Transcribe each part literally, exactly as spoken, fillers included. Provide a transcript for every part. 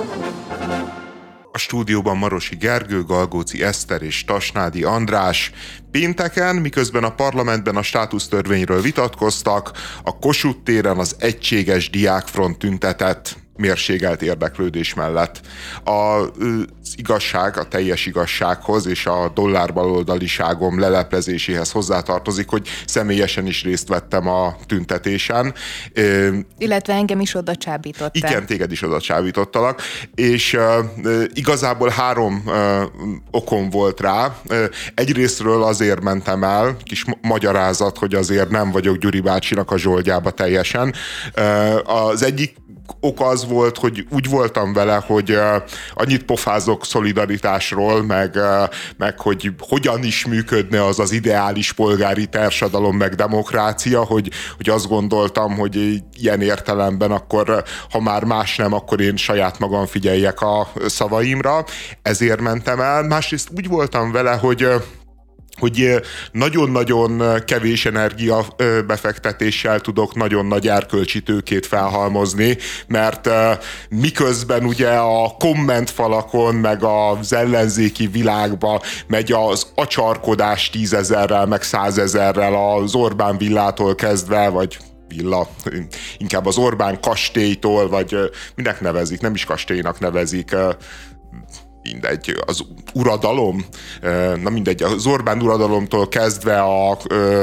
A stúdióban Marosi Gergő, Galgóci Eszter és Tasnádi András. Pénteken, miközben a parlamentben a státusztörvényről vitatkoztak, a Kossuth téren az Egységes Diákfront tüntetett mérségelt érdeklődés mellett. Az igazság, a teljes igazsághoz és a dollárbaloldaliságom leleplezéséhez hozzátartozik, hogy személyesen is részt vettem a tüntetésen. Illetve engem is oda csábítottál. Igen, téged is oda csábítottalak, és uh, igazából három uh, okom volt rá. Uh, egyrésztről azért mentem el, kis magyarázat, hogy azért nem vagyok Gyuri bácsinak a zsoldjába teljesen. Uh, az egyik ok az volt, hogy úgy voltam vele, hogy uh, annyit pofázok szolidaritásról, meg, uh, meg hogy hogyan is működne az az ideális polgári társadalom, meg demokrácia, hogy, hogy azt gondoltam, hogy ilyen értelemben akkor, uh, ha már más nem, akkor én saját magam figyeljek a szavaimra. Ezért mentem el. Másrészt úgy voltam vele, hogy uh, hogy nagyon-nagyon kevés energia befektetéssel tudok nagyon nagy erkölcsi tőkét felhalmozni, mert miközben ugye a kommentfalakon, meg az ellenzéki világban megy az acsarkodás tízezerrel, meg százezerrel az Orbán villától kezdve, vagy villa, inkább az Orbán kastélytól, vagy minek nevezik, nem is kastélynak nevezik, mindegy, az uradalom, na mindegy, az Orbán uradalomtól kezdve a,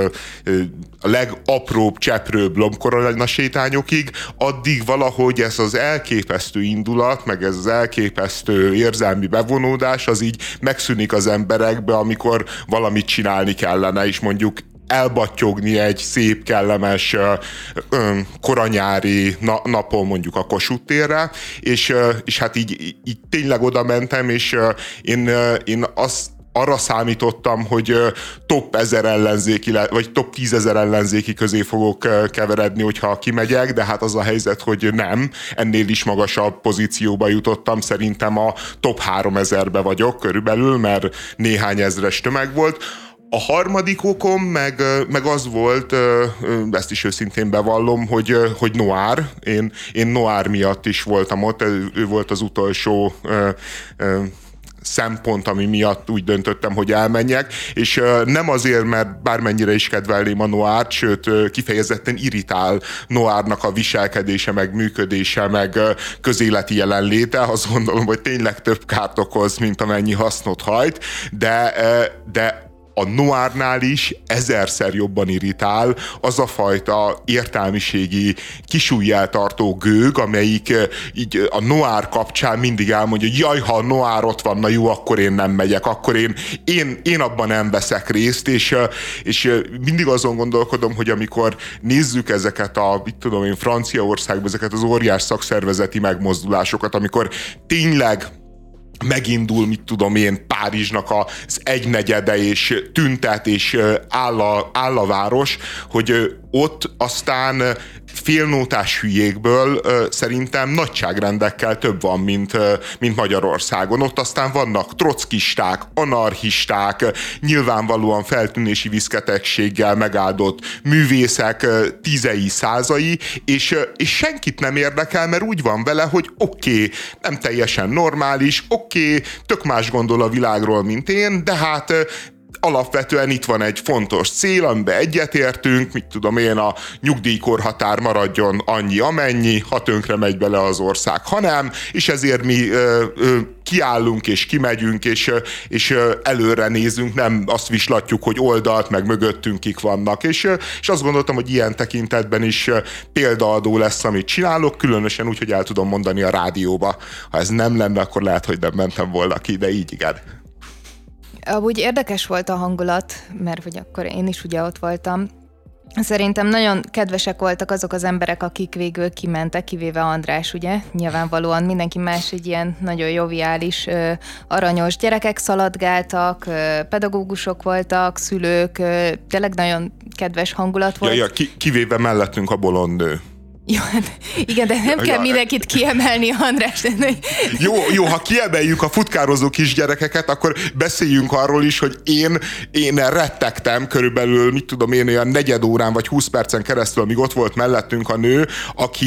a legapróbb, cseprőbb lombkoronasétányokig, addig valahogy ez az elképesztő indulat, meg ez az elképesztő érzelmi bevonódás, az így megszűnik az emberekbe, amikor valamit csinálni kellene, és mondjuk elbattyogni egy szép, kellemes koranyári na- napon mondjuk a Kossuth térre, és, és hát így, így tényleg oda mentem, és én, én azt arra számítottam, hogy top ezer ellenzéki, vagy top tízezer ellenzéki közé fogok keveredni, hogyha kimegyek, de hát az a helyzet, hogy nem. Ennél is magasabb pozícióba jutottam, szerintem a top háromezerbe vagyok körülbelül, mert néhány ezres tömeg volt. A harmadik okom meg, meg az volt, ezt is őszintén bevallom, hogy, hogy Noir. Én, én Noir miatt is voltam ott, ő volt az utolsó szempont, ami miatt úgy döntöttem, hogy elmenjek, és nem azért, mert bármennyire is kedvelném a Noirt, sőt, kifejezetten irritál Noirnak a viselkedése, meg működése, meg közéleti jelenléte. Azt gondolom, hogy tényleg több kárt okoz, mint amennyi hasznot hajt, de, de a Noirnál is ezerszer jobban irritál az a fajta értelmiségi kisújjel tartó gőg, amelyik így a Noir kapcsán mindig elmondja, hogy jaj, ha a Noir ott van, na jó, akkor én nem megyek, akkor én, én, én abban nem veszek részt, és, és mindig azon gondolkodom, hogy amikor nézzük ezeket a, mit tudom én, Franciaországban, ezeket az óriás szakszervezeti megmozdulásokat, amikor tényleg megindul, mit tudom én, Párizsnak az egynegyede, és tüntet, és áll a, áll a város, hogy ott aztán félnótás hülyékből szerintem nagyságrendekkel több van, mint, mint Magyarországon. Ott aztán vannak trockisták, anarchisták, nyilvánvalóan feltűnési viszketegséggel megáldott művészek tízei, százai, és, és senkit nem érdekel, mert úgy van vele, hogy oké, okay, nem teljesen normális, oké, okay, tök más gondol a világról, mint én, de hát alapvetően itt van egy fontos cél, amiben egyetértünk, mit tudom én, a nyugdíjkorhatár maradjon annyi amennyi, ha tönkre megy bele az ország, ha nem, és ezért mi ö, ö, kiállunk és kimegyünk, és, és előre nézünk, nem azt vislatjuk, hogy oldalt, meg mögöttünk kik vannak, és, és azt gondoltam, hogy ilyen tekintetben is példaadó lesz, amit csinálok, különösen úgy, hogy el tudom mondani a rádióba. Ha ez nem lenne, akkor lehet, hogy nem mentem volna ki, de így igen. Amúgy érdekes volt a hangulat, mert hogy akkor én is ugye ott voltam. Szerintem nagyon kedvesek voltak azok az emberek, akik végül kimentek, kivéve András, ugye? Nyilvánvalóan mindenki más egy ilyen nagyon joviális, aranyos gyerekek szaladgáltak, pedagógusok voltak, szülők, tényleg nagyon kedves hangulat volt. Ja, ja, kivéve mellettünk a bolond nő. Jó, hát igen, de nem kell mindenkit kiemelni, András. Jó, jó, ha kiemeljük a futkározó kisgyerekeket, akkor beszéljünk arról is, hogy én, én rettegtem körülbelül, mit tudom én, olyan negyed órán vagy húsz percen keresztül, amíg ott volt mellettünk a nő, aki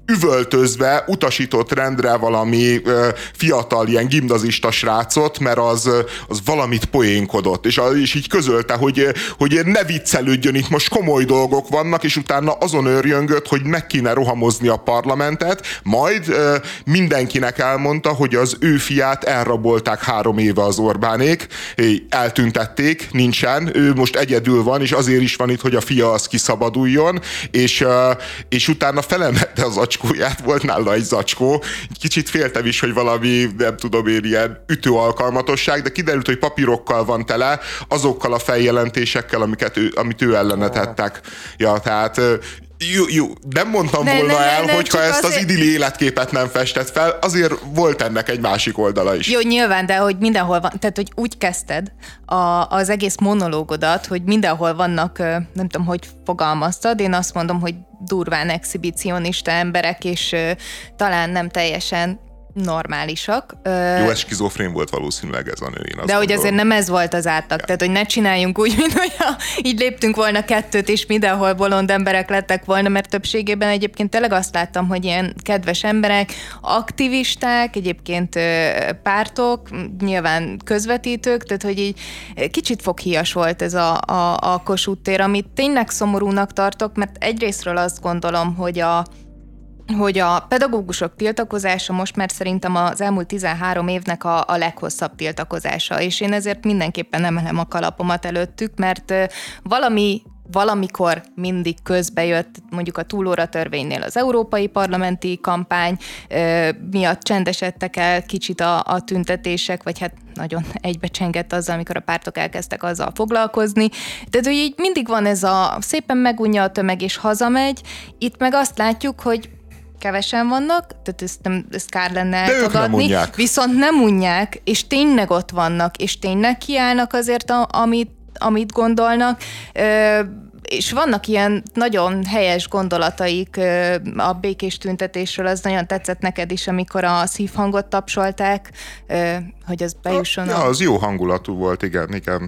üvöltözve utasított rendre valami ö, fiatal, ilyen gimnazista srácot, mert az, az valamit poénkodott, és, és így közölte, hogy, hogy ne viccelődjön, itt most komoly dolgok vannak, és utána azon őrjöngött, hogy meg kéne rohamozni a parlamentet, majd ö, mindenkinek elmondta, hogy az ő fiát elrabolták három éve az Orbánék, eltüntették, nincsen, ő most egyedül van, és azért is van itt, hogy a fia az kiszabaduljon, és, ö, és utána felemette az zacskóját, volt nála egy zacskó, kicsit féltem is, hogy valami, nem tudom én, ilyen ütőalkalmatosság, de kiderült, hogy papírokkal van tele, azokkal a feljelentésekkel, amiket ő, amit ő ellene tettek. Ja, tehát jó, jó, nem mondtam ne, volna ne, el, ne, hogyha ezt azért... az idilli életképet nem festett fel, azért volt ennek egy másik oldala is. Jó, nyilván, de hogy mindenhol van, tehát hogy úgy kezdted a, az egész monológodat, hogy mindenhol vannak, nem tudom, hogy fogalmaztad, én azt mondom, hogy durván exhibicionista emberek, és talán nem teljesen normálisak. Jó, ez skizofrén volt valószínűleg ez a nő, én azt De hogy gondolom. azért nem ez volt az átlag, ja. Tehát hogy ne csináljunk úgy, mint hogyha így léptünk volna kettőt, és mindenhol bolond emberek lettek volna, mert többségében egyébként tényleg azt láttam, hogy ilyen kedves emberek, aktivisták, egyébként pártok, nyilván közvetítők, tehát hogy így kicsit foghíjas volt ez a, a, a Kossuth tér, amit tényleg szomorúnak tartok, mert egyrésztről azt gondolom, hogy a hogy a pedagógusok tiltakozása most már szerintem az elmúlt tizenhárom évnek a, a leghosszabb tiltakozása, és én ezért mindenképpen emelem a kalapomat előttük, mert valami valamikor mindig közbejött, mondjuk a túlóra törvénynél az európai parlamenti kampány miatt csendesedtek el kicsit a, a tüntetések, vagy hát nagyon egybecsengett azzal, amikor a pártok elkezdtek azzal foglalkozni. Tehát, hogy így mindig van ez a szépen megunja a tömeg és hazamegy, itt meg azt látjuk, hogy kevesen vannak, tehát ezt, nem, ezt kár lenne elfogadni, viszont nem unják, és tényleg ott vannak, és tényleg kiállnak azért, a, amit, amit gondolnak, ö, és vannak ilyen nagyon helyes gondolataik ö, a békés tüntetésről, az nagyon tetszett neked is, amikor a szívhangot tapsolták, ö, hogy az bejusson. Ja, a... az jó hangulatú volt, igen, igen.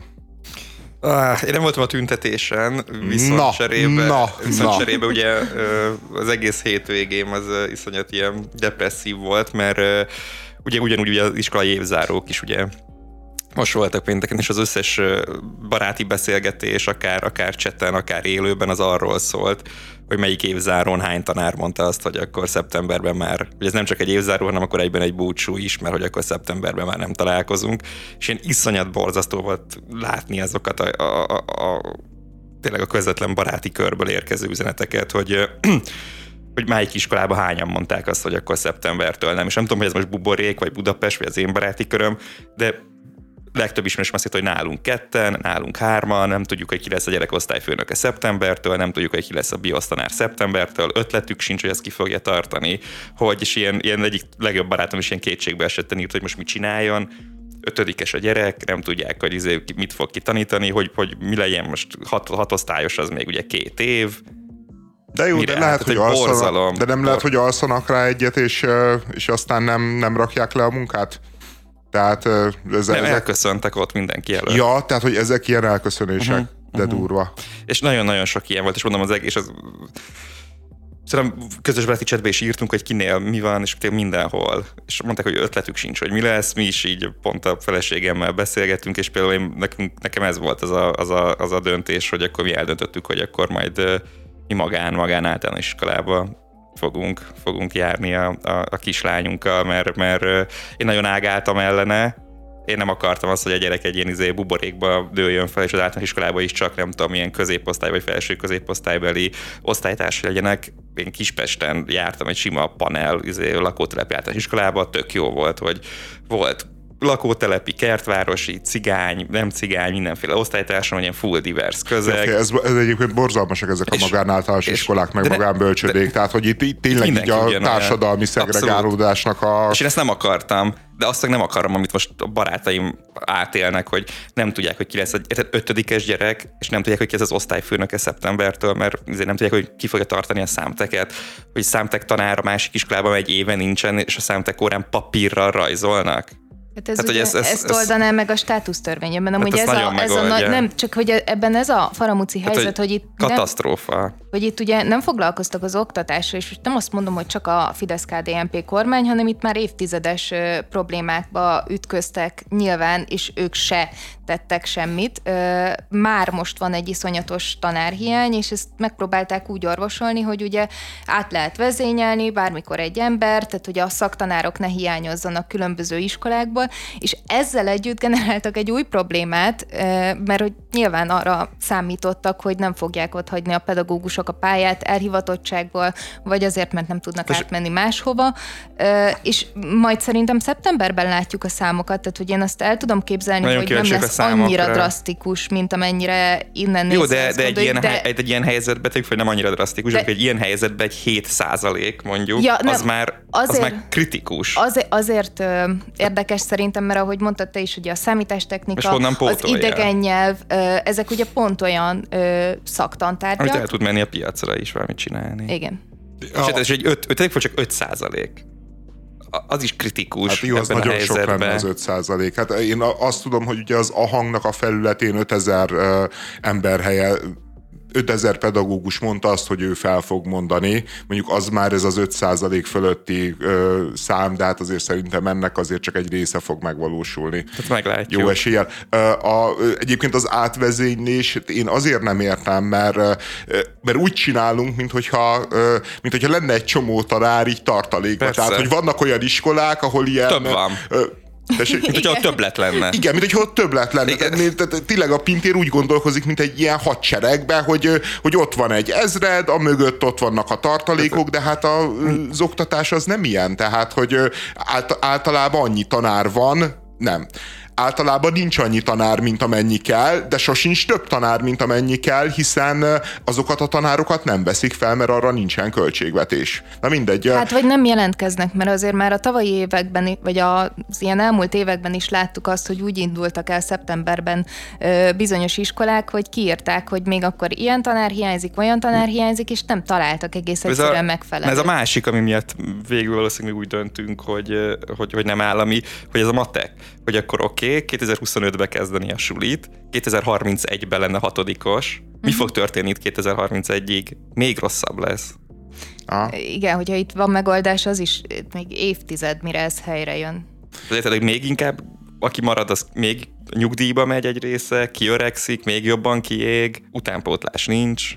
Ah, én nem voltam a tüntetésen, viszont na, cserébe, na, viszont na. cserébe ugye az egész hétvégém az iszonyat ilyen depresszív volt, mert ugye ugyanúgy ugye az iskolai évzárók is ugye most voltak pénteken, és az összes baráti beszélgetés, akár, akár chatten, akár élőben az arról szólt, hogy melyik évzárón hány tanár mondta azt, hogy akkor szeptemberben már, ugye ez nem csak egy évzáró, hanem akkor egyben egy búcsú is, mert hogy akkor szeptemberben már nem találkozunk. És ilyen iszonyat borzasztó volt látni azokat a, a, a, a tényleg a közvetlen baráti körből érkező üzeneteket, hogy hogy melyik iskolában hányan mondták azt, hogy akkor szeptembertől nem. És nem tudom, hogy ez most Buborék, vagy Budapest, vagy az én baráti köröm, de legtöbb ismerős azt mondta, hogy nálunk ketten, nálunk hárman, nem tudjuk, hogy ki lesz a gyerekosztályfőnöke szeptembertől, nem tudjuk, hogy ki lesz a biosztanár szeptembertől, ötletük sincs, hogy ezt ki fogja tartani, hogy és ilyen, ilyen egyik legjobb barátom is ilyen kétségbe esetten írt, hogy most mit csináljon, ötödikes a gyerek, nem tudják, hogy izé, mit fog kitanítani, hogy, hogy mi legyen most hat, hatosztályos, az még ugye két év. De jó, de, lehet, hogy alszanak, de nem lehet, hogy alszanak rá egyet, és, és aztán nem, nem rakják le a munkát? Tehát ez, nem, ezek... elköszöntek ott mindenki előtt. Ja, tehát, hogy ezek ilyen elköszönések, uh-huh, de uh-huh. durva. És nagyon-nagyon sok ilyen volt, és mondom, az egész, az... Szerintem közös baráti chatbe is írtunk, hogy kinél mi van, és mindenhol. És mondták, hogy ötletük sincs, hogy mi lesz, mi is így pont a feleségemmel beszélgettünk, és például én, nekünk, nekem ez volt az a, az, a, az a döntés, hogy akkor mi eldöntöttük, hogy akkor majd mi magán, magán általános iskolába fogunk, fogunk járni a, a, a kislányunkkal, mert, mert én nagyon ágáltam ellene. Én nem akartam azt, hogy a gyerek egy ilyen izé buborékba dőljön fel, és az általános iskolába is csak nem tudom, ilyen középosztály vagy felső középosztálybeli osztálytársai legyenek. Én Kispesten jártam egy sima panel izé, lakótelepi általános iskolába, tök jó volt, hogy volt lakótelepi, kertvárosi, cigány, nem cigány, mindenféle osztálytársam, ilyen full divers közeg. Ez, ez egyébként borzalmasak ezek és, a magánáltalános iskolák, meg magánbölcsödék, tehát hogy itt, itt tényleg így a társadalmi szegregálódásnak a... És én ezt nem akartam, de azt meg nem akarom, amit most a barátaim átélnek, hogy nem tudják, hogy ki lesz egy ötödikes gyerek, és nem tudják, hogy ki ez az osztályfőnöke szeptembertől, mert nem tudják, hogy ki fogja tartani a számteket, hogy számtek tanár a másik iskolában egy éve nincsen, és a számtek órán papírral rajzolnak. Hát ez hát, ugye, ez, ez, ezt oldaná ez, meg a státusztörvényben, amúgy hát ez, a, ez a nagy, nem, csak hogy ebben ez a faramúci helyzet, hát, hogy, hogy itt... Katasztrófa. Nem, hogy itt ugye nem foglalkoztak az oktatással, és nem azt mondom, hogy csak a Fidesz-ká dé en pé kormány, hanem itt már évtizedes ö, problémákba ütköztek nyilván, és ők se tettek semmit. Ö, már most van egy iszonyatos tanárhiány, és ezt megpróbálták úgy orvosolni, hogy ugye át lehet vezényelni bármikor egy ember, tehát hogy a szaktanárok ne hiányozzanak különböző iskolákból, és ezzel együtt generáltak egy új problémát, ö, mert hogy nyilván arra számítottak, hogy nem fogják ott hagyni a pedagógusok a pályát elhivatottságból, vagy azért, mert nem tudnak és átmenni máshova, és majd szerintem szeptemberben látjuk a számokat, tehát hogy én azt el tudom képzelni, nagyon hogy nem lesz annyira drasztikus, mint amennyire innen nézve. Jó, de, de, egy, ilyen, de egy, egy ilyen helyzetben, tegyük fel, nem annyira drasztikus, de egy ilyen helyzetben egy hét százalék mondjuk, ja, nem, az, már, azért, az már kritikus. Azért, azért ö, érdekes szerintem, mert ahogy mondtad te is, ugye a számítástechnika, az idegen nyelv, ö, ezek ugye pont olyan ö, szaktantárgyak. Amit el tud menni a piacra is valamit csinálni. Igen. És ez egy öt, öt, csak öt százalék. Az is kritikus. Hát jó, az ebben nagyon a sok lenne az öt százalék. Hát én azt tudom, hogy ugye az a hangnak a felületén ötezer uh, ember helye, ötezer pedagógus mondta azt, hogy ő fel fog mondani. Mondjuk az már ez az öt százalék fölötti ö, szám, de hát azért szerintem ennek azért csak egy része fog megvalósulni. Tehát meglátjuk. Jó eséllyel. A, a, egyébként az átvezénylés én azért nem értem, mert, mert úgy csinálunk, mint hogyha, mint hogyha lenne egy csomó tanár így tartalékban. Tehát, hogy vannak olyan iskolák, ahol ilyen... Több van. Ö, Tessék? Mint hogyha ott többlet lenne. Igen, mint hogyha ott többlet lenne. Tehát, tényleg a Pintér úgy gondolkozik, mint egy ilyen hadseregben, hogy, hogy ott van egy ezred, a mögött ott vannak a tartalékok, de hát az oktatás az nem ilyen. Tehát, hogy általában annyi tanár van, nem. Általában nincs annyi tanár, mint amennyi kell, de sosincs több tanár, mint amennyi kell, hiszen azokat a tanárokat nem veszik fel, mert arra nincsen költségvetés. Na mindegy. Hát vagy nem jelentkeznek, mert azért már a tavalyi években, vagy az ilyen elmúlt években is láttuk azt, hogy úgy indultak el szeptemberben bizonyos iskolák, hogy kiírták, hogy még akkor ilyen tanár hiányzik, olyan tanár hiányzik, és nem találtak egész egyszerűen megfelelőt. Ez a másik, ami miatt végül valószínűleg úgy döntünk, hogy, hogy, hogy nem állami, hogy ez a matek, hogy akkor oké, okay, kétezer-huszonötben kezdeni a sulit, kétezer-harmincegyben lenne hatodikos. Mi uh-huh. fog történni itt kétezer-harmincegyig? Még rosszabb lesz. Ah. Igen, hogyha itt van megoldás, az is még évtized, mire ez helyre jön. Azért, hogy még inkább, aki marad, az még nyugdíjba megy egy része, kiöregszik, még jobban kiég, utánpótlás nincs.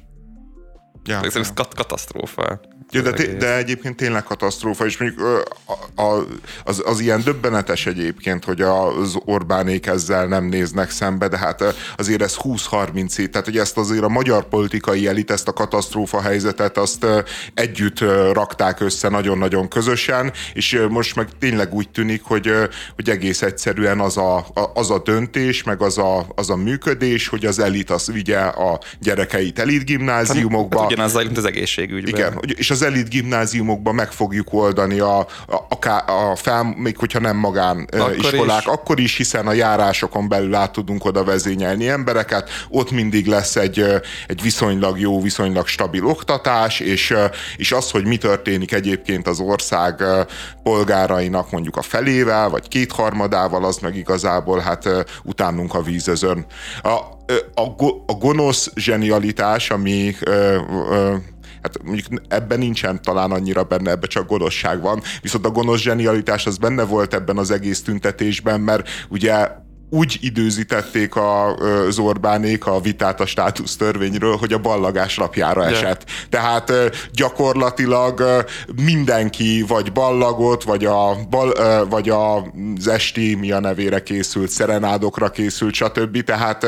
Ja, ez ja. kat- katasztrófa. Ja, de, de egyébként tényleg katasztrófa, és mondjuk a, a, az, az ilyen döbbenetes egyébként, hogy az Orbánék ezzel nem néznek szembe, de hát azért ez húsz-harminc év, tehát hogy ezt azért a magyar politikai elit, ezt a katasztrófa helyzetet, azt együtt rakták össze nagyon-nagyon közösen, és most meg tényleg úgy tűnik, hogy, hogy egész egyszerűen az a, az a döntés, meg az a, az a működés, hogy az elit az vigye a gyerekeit elitgimnáziumokba. Hát ugyanazzal, mint az egészségügyben. Igen, és az elit gimnáziumokban meg fogjuk oldani a, a, a, a fel, még hogyha nem magán akkor iskolák, is. akkor is, hiszen a járásokon belül át tudunk oda vezényelni embereket, ott mindig lesz egy, egy viszonylag jó, viszonylag stabil oktatás, és, és az, hogy mi történik egyébként az ország polgárainak mondjuk a felével, vagy kétharmadával, az meg igazából hát utánunk a vízözön. A, a, a gonosz zsenialitás, ami ö, ö, hát mondjuk ebben nincsen talán annyira benne, ebben csak gonoszság van, viszont a gonosz zsenialitás az benne volt ebben az egész tüntetésben, mert ugye úgy időzítették a, az Orbánék a vitát a státusztörvényről, hogy a ballagás napjára esett. Yeah. Tehát gyakorlatilag mindenki vagy ballagot, vagy, a, bal, vagy az esti, mi a nevére készült, szerenádokra készült, stb. Tehát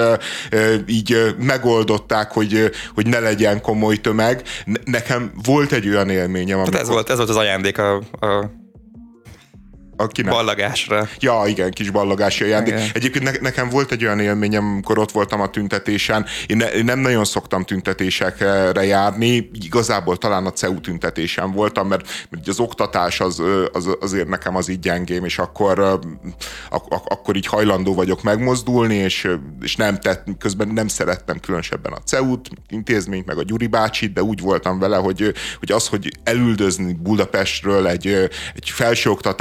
így megoldották, hogy, hogy ne legyen komoly tömeg. Nekem volt egy olyan élményem, amikor... ez, volt, ez volt az ajándék a... a... Akinek? Ballagásra. Ja, igen, kis ballagási ajándék. Igen. Egyébként ne, nekem volt egy olyan élményem, amikor ott voltam a tüntetésen. Én, ne, én nem nagyon szoktam tüntetésekre járni, igazából talán a cé e u tüntetésen voltam, mert, mert az oktatás az, az, azért nekem az így gyengém, és akkor, ak, akkor így hajlandó vagyok megmozdulni, és, és nem tett, közben nem szerettem különösebben a cé e u-t, intézményt, meg a Gyuri bácsit, de úgy voltam vele, hogy, hogy az, hogy elüldözni Budapestről egy, egy felsőoktatási intézményt,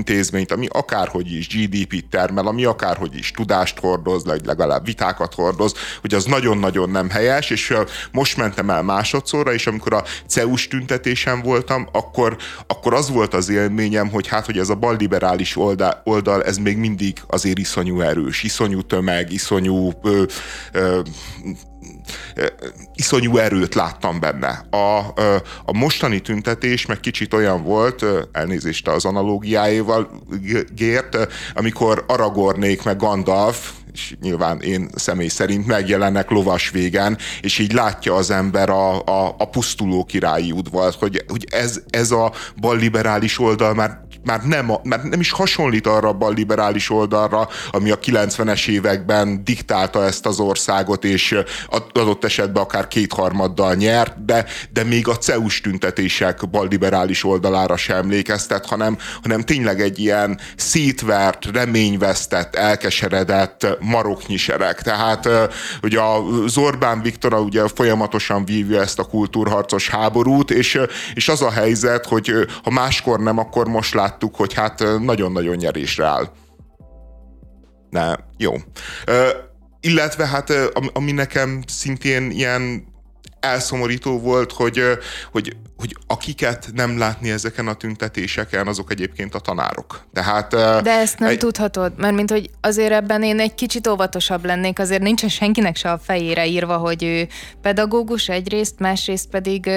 intézményt, ami akárhogy is gé dé pét termel, ami akárhogy is tudást hordoz, vagy legalább vitákat hordoz, hogy az nagyon-nagyon nem helyes, és most mentem el másodszorra, és amikor a cé e u-s tüntetésen voltam, akkor, akkor az volt az élményem, hogy hát, hogy ez a balliberális oldal, oldal, ez még mindig azért iszonyú erős, iszonyú tömeg, iszonyú ö, ö, iszonyú erőt láttam benne. A, a mostani tüntetés meg kicsit olyan volt, elnézést az analógiáival, Gért, amikor Aragornék meg Gandalf, és nyilván én személy szerint megjelennek lovas végen, és így látja az ember a, a, a pusztuló királyi udvart, hogy, hogy ez, ez a balliberális oldal már Már nem, már nem is hasonlít arra a balliberális oldalra, ami a kilencvenes években diktálta ezt az országot, és adott esetben akár kétharmaddal nyert, de, de még a cé e u-s tüntetések balliberális oldalára sem emlékeztet, hanem, hanem tényleg egy ilyen szétvert, reményvesztett, elkeseredett maroknyi sereg. Tehát ugye az Orbán Viktor ugye folyamatosan vívja ezt a kultúrharcos háborút, és, és az a helyzet, hogy ha máskor nem, akkor most lát láttuk, hogy hát nagyon-nagyon nyerésre áll. Ne, jó. Ö, illetve hát, ami nekem szintén ilyen elszomorító volt, hogy, hogy, hogy akiket nem látni ezeken a tüntetéseken, azok egyébként a tanárok. Tehát, de ezt nem egy... tudhatod, mert mint hogy azért ebben én egy kicsit óvatosabb lennék, azért nincsen senkinek se a fejére írva, hogy ő pedagógus egyrészt, másrészt pedig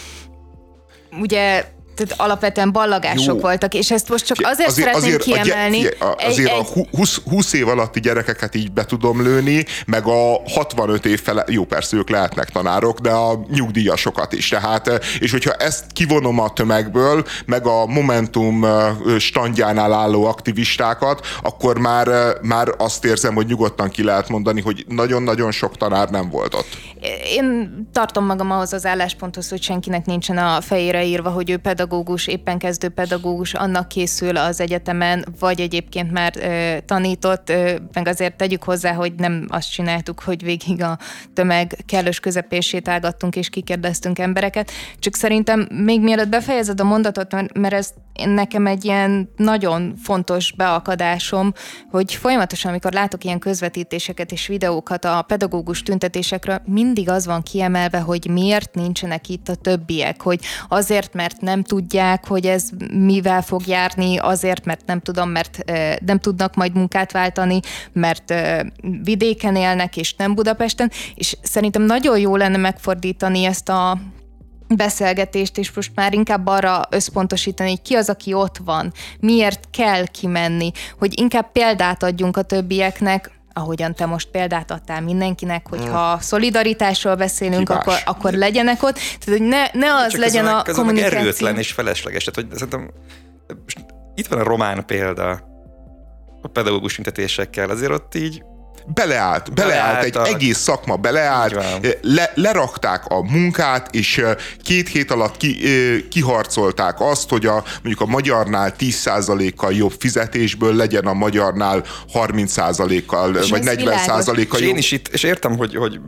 ugye tehát alapvetően ballagások Jó. voltak, és ezt most csak azért, azért szeretném azért kiemelni. A, azért egy, a húsz, húsz év alatti gyerekeket így be tudom lőni, meg a hatvanöt év fele, jó persze ők lehetnek tanárok, de a nyugdíjasokat is. Tehát, és hogyha ezt kivonom a tömegből, meg a Momentum standjánál álló aktivistákat, akkor már, már azt érzem, hogy nyugodtan ki lehet mondani, hogy nagyon-nagyon sok tanár nem volt ott. Én tartom magam ahhoz az állásponthoz, hogy senkinek nincsen a fejére írva, hogy ő pedagógus, pedagógus, éppen kezdő pedagógus, annak készül az egyetemen, vagy egyébként már ö, tanított, ö, meg azért tegyük hozzá, hogy nem azt csináltuk, hogy végig a tömeg kellős közepén sétálgattunk és kikérdeztünk embereket, csak szerintem még mielőtt befejezed a mondatot, mert ez nekem egy ilyen nagyon fontos beakadásom, hogy folyamatosan, amikor látok ilyen közvetítéseket és videókat a pedagógus tüntetésekről, mindig az van kiemelve, hogy miért nincsenek itt a többiek, hogy azért, mert nem tudják, hogy ez mivel fog járni, azért, mert nem tudom, mert euh, nem tudnak majd munkát váltani, mert euh, vidéken élnek, és nem Budapesten, és szerintem nagyon jó lenne megfordítani ezt a beszélgetést, és most már inkább arra összpontosítani, hogy ki az, aki ott van, miért kell kimenni, hogy inkább példát adjunk a többieknek, ahogyan te most példát adtál mindenkinek, hogyha szolidaritásról beszélünk, akkor, akkor legyenek ott. Tehát, hogy ne, ne az Csak legyen a kommunikáció. Csak erőtlen és felesleges. Tehát, hogy szerintem itt van a román példa a pedagógus tüntetésekkel, azért ott így Beleállt, beleállt, egy egész szakma beleállt, le, lerakták a munkát, és két hét alatt ki, kiharcolták azt, hogy a, mondjuk a magyarnál tíz százalékkal jobb fizetésből legyen a magyarnál harminc százalékkal, és vagy negyven százalékkal jobb. És én is itt, és értem, hogy, hogy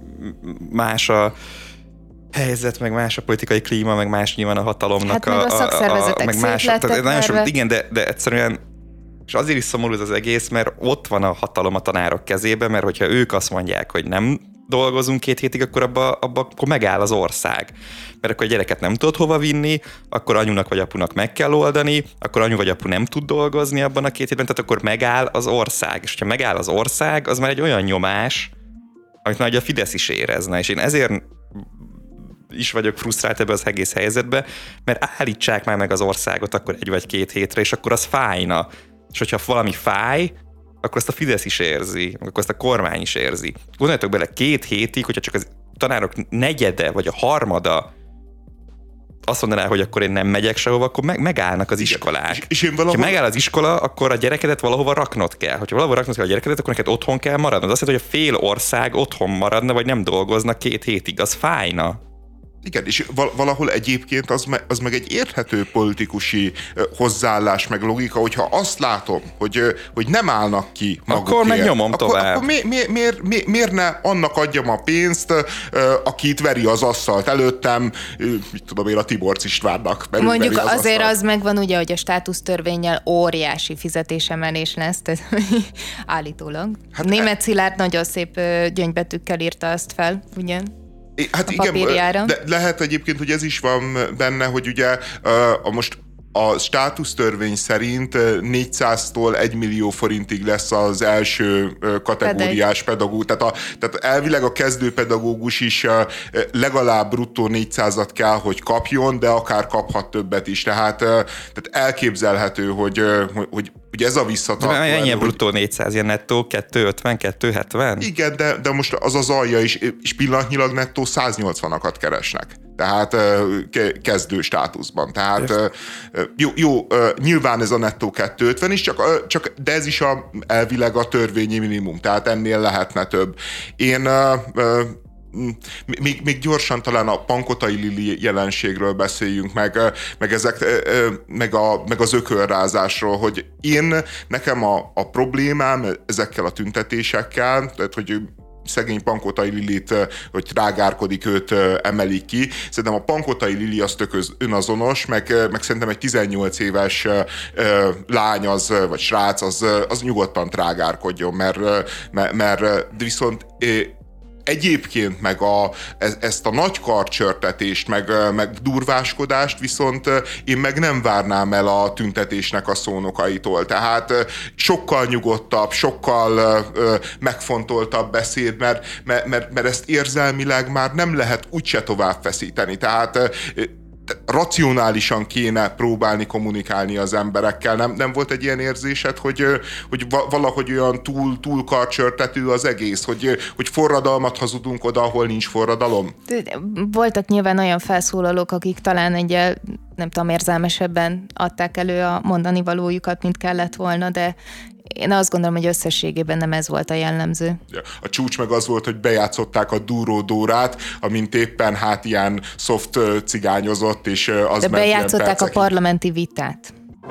más a helyzet, meg más a politikai klíma, meg más nyilván a hatalomnak. Hát a, meg a szakszervezetek meg más, tehát nagyon sok, igen, de, de egyszerűen és azért is szomorú ez az egész, mert ott van a hatalom a tanárok kezében, mert hogyha ők azt mondják, hogy nem dolgozunk két hétig, akkor abba, abba akkor megáll az ország. Mert akkor a gyereket nem tudod hova vinni, akkor anyunak vagy apunak meg kell oldani, akkor anyu vagy apu nem tud dolgozni abban a két hétben, tehát akkor megáll az ország. És ha megáll az ország, az már egy olyan nyomás, amit már ugye a Fidesz is érezne. És én ezért is vagyok frusztrált ebbe az egész helyzetbe, mert állítsák már meg az országot akkor egy vagy két hétre, és akkor az fájna. És hogyha valami fáj, akkor azt a Fidesz is érzi, akkor azt a kormány is érzi. Gondoljatok bele, két hétig, hogyha csak az tanárok negyede, vagy a harmada azt mondaná, hogy akkor én nem megyek sehova, akkor meg, megállnak az iskolák. És, és én valahol... Ha megáll az iskola, akkor a gyerekedet valahova raknod kell. Hogyha valahova raknod kell a gyerekedet, akkor neked otthon kell maradnod. Azt jelenti, hogy a fél ország otthon maradna, vagy nem dolgozna két hétig. Az fájna. Igen, és valahol egyébként az, me, az meg egy érthető politikusi hozzáállás, meg logika, hogyha azt látom, hogy, hogy nem állnak ki magukért. Akkor meg nyomom akkor, tovább. Akkor mi, mi, miért, mi, miért ne annak adjam a pénzt, akit veri az asztalt előttem, mit tudom én, a Tiborcs Istvánnak. Mondjuk az azért asztalt. Az megvan ugye, hogy a státusztörvénnyel óriási fizetésemelés lesz, tehát állítólag. Hát Németh Szilárd nagyon szép gyöngybetűkkel írta azt fel, ugye? Hát igen, de lehet egyébként, hogy ez is van benne, hogy ugye a most a státusztörvény szerint négyszáztól egy millió forintig lesz az első kategóriás pedagógus. Tehát, a, tehát elvileg a kezdőpedagógus is legalább bruttó négyszázat kell, hogy kapjon, de akár kaphat többet is. Tehát, tehát elképzelhető, hogy, hogy hogy ez a visszatartó. Ennyi bruttó négyszáz, ilyen nettó kétszázötven, kétszázhetven? Igen, de, de most az az alja is, és pillanatnyilag nettó száznyolcvanakat keresnek. Tehát kezdő státuszban. Tehát jó, jó, nyilván ez a nettó kétszázötven is, csak, csak, de ez is a, elvileg a törvényi minimum, tehát ennél lehetne több. Én Még, még gyorsan talán a Pankotai Lili jelenségről beszéljünk, meg, meg, ezek, meg, a, meg az ökölrázásról, hogy én, nekem a, a problémám ezekkel a tüntetésekkel, tehát hogy szegény Pankotai Lilit, hogy trágárkodik, őt emelik ki. Szerintem a Pankotai Lili az tök önazonos, meg, meg szerintem egy tizennyolc éves lány az, vagy srác az, az nyugodtan trágárkodjon, mert, mert, mert viszont egyébként meg a, ezt a nagy karcsörtetést, meg, meg durváskodást viszont én meg nem várnám el a tüntetésnek a szónokaitól. Tehát sokkal nyugodtabb, sokkal megfontoltabb beszéd, mert, mert, mert ezt érzelmileg már nem lehet úgyse tovább feszíteni. Tehát racionálisan kéne próbálni kommunikálni az emberekkel. Nem, nem volt egy ilyen érzésed, hogy, hogy valahogy olyan túl, túl karcsörtető az egész, hogy, hogy forradalmat hazudunk oda, ahol nincs forradalom? Voltak nyilván olyan felszólalók, akik talán egyel, nem tudom, érzelmesebben adták elő a mondani valójukat, mint kellett volna, de én azt gondolom, hogy összességében nem ez volt a jellemző. A csúcs meg az volt, hogy bejátszották a Dúró Dórát, amint éppen hát ilyen soft cigányozott, és az de bejátszották a parlamenti vitát.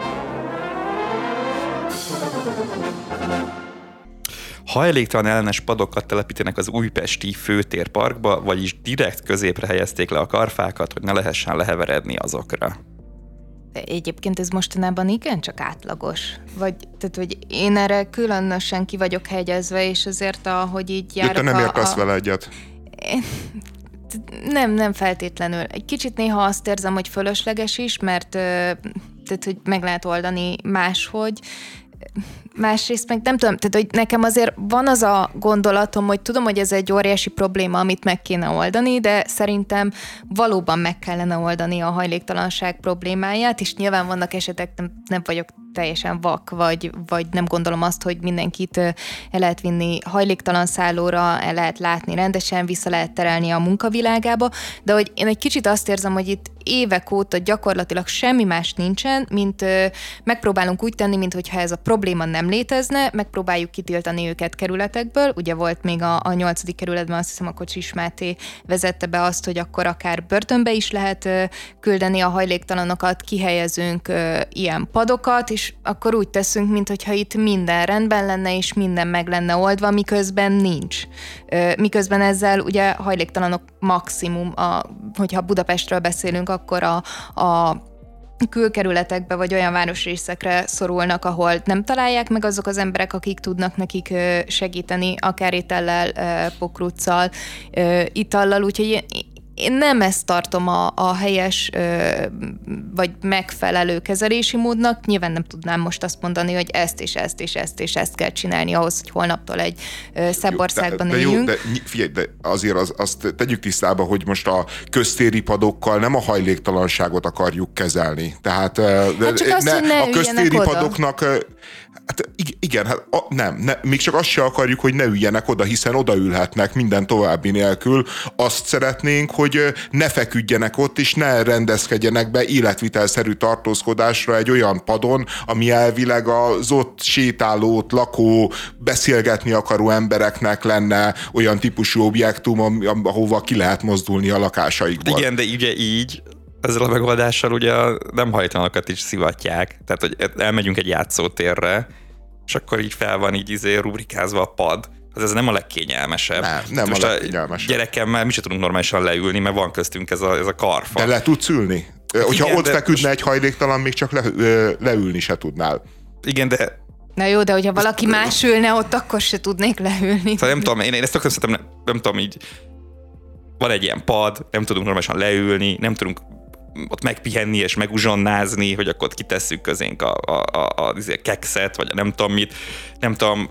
Hajléktalan ellenes padokat telepítenek az újpesti főtérparkba, vagyis direkt középre helyezték le a karfákat, hogy ne lehessen leheveredni azokra. Egyébként ez mostanában igencsak átlagos. Vagy, tehát, hogy én erre különösen ki vagyok hegyezve, és azért, ahogy így járok... De te nem értesz a... vele egyet? Nem, nem feltétlenül. Egy kicsit néha azt érzem, hogy fölösleges is, mert tehát, hogy meg lehet oldani máshogy. Másrészt meg nem tudom, tehát hogy nekem azért van az a gondolatom, hogy tudom, hogy ez egy óriási probléma, amit meg kéne oldani, de szerintem valóban meg kellene oldani a hajléktalanság problémáját, és nyilván vannak esetek, nem, nem vagyok teljesen vak, vagy, vagy nem gondolom azt, hogy mindenkit el lehet vinni hajléktalan szállóra, el lehet látni rendesen, vissza lehet terelni a munkavilágába, de hogy én egy kicsit azt érzem, hogy itt évek óta gyakorlatilag semmi más nincsen, mint ö, megpróbálunk úgy tenni, mintha ez a probléma nem létezne, megpróbáljuk kitiltani őket kerületekből. Ugye volt még a, a nyolcadik kerületben, azt hiszem a Kocsis Máté vezette be azt, hogy akkor akár börtönbe is lehet ö, küldeni a hajléktalanokat, kihelyezünk ö, ilyen padokat, és akkor úgy teszünk, mintha itt minden rendben lenne, és minden meg lenne oldva, miközben nincs. Ö, miközben ezzel ugye hajléktalanok maximum, a, hogyha Budapestről beszélünk, akkor a, a külkerületekbe vagy olyan városrészekre szorulnak, ahol nem találják meg azok az emberek, akik tudnak nekik segíteni, akár étellel, pokruccal, itallal, úgyhogy én nem ezt tartom a, a helyes vagy megfelelő kezelési módnak. Nyilván nem tudnám most azt mondani, hogy ezt és ezt és ezt és ezt kell csinálni ahhoz, hogy holnaptól egy szebb országban de, de éljünk. Jó, de figyelj, de azért az, azt tegyük tisztába, hogy most a köztéri padokkal nem a hajléktalanságot akarjuk kezelni. Tehát hát csak azt, ne, hogy ne a köztéri padoknak, Hát igen, hát a, nem, ne, még csak azt se akarjuk, hogy ne üljenek oda, hiszen odaülhetnek minden további nélkül. Azt szeretnénk, hogy ne feküdjenek ott, és ne rendezkedjenek be életvitelszerű tartózkodásra egy olyan padon, ami elvileg az ott sétáló, ott lakó, beszélgetni akaró embereknek lenne olyan típusú objektum, ahova ki lehet mozdulni a lakásaikból. Igen, de ugye így ezzel a megoldással ugye nem hajtlanokat is szivatják. Tehát, hogy elmegyünk egy játszótérre, és akkor így fel van így izé rubrikázva a pad. Az ez nem a legkényelmesebb. Nem, nem most a legkényelmesebb. A gyerekemmel mi sem tudunk normálisan leülni, mert van köztünk ez a, ez a karfa. De le tudsz ülni? Hogyha igen, ott feküdne most... egy hajléktalan, még csak le, leülni se tudnál. Igen, de... Na jó, de hogyha valaki más ülne ott, akkor se tudnék leülni. Szóval nem tudom, én, én ezt tökre szerintem nem, nem tudom így... Van egy ilyen pad, nem tudunk normálisan leülni, nem tudunk ott megpihenni és meguzsonnázni, hogy akkor ott kitesszük közénk a, a, a, a, a kekszet, vagy nem tudom mit, nem tudom...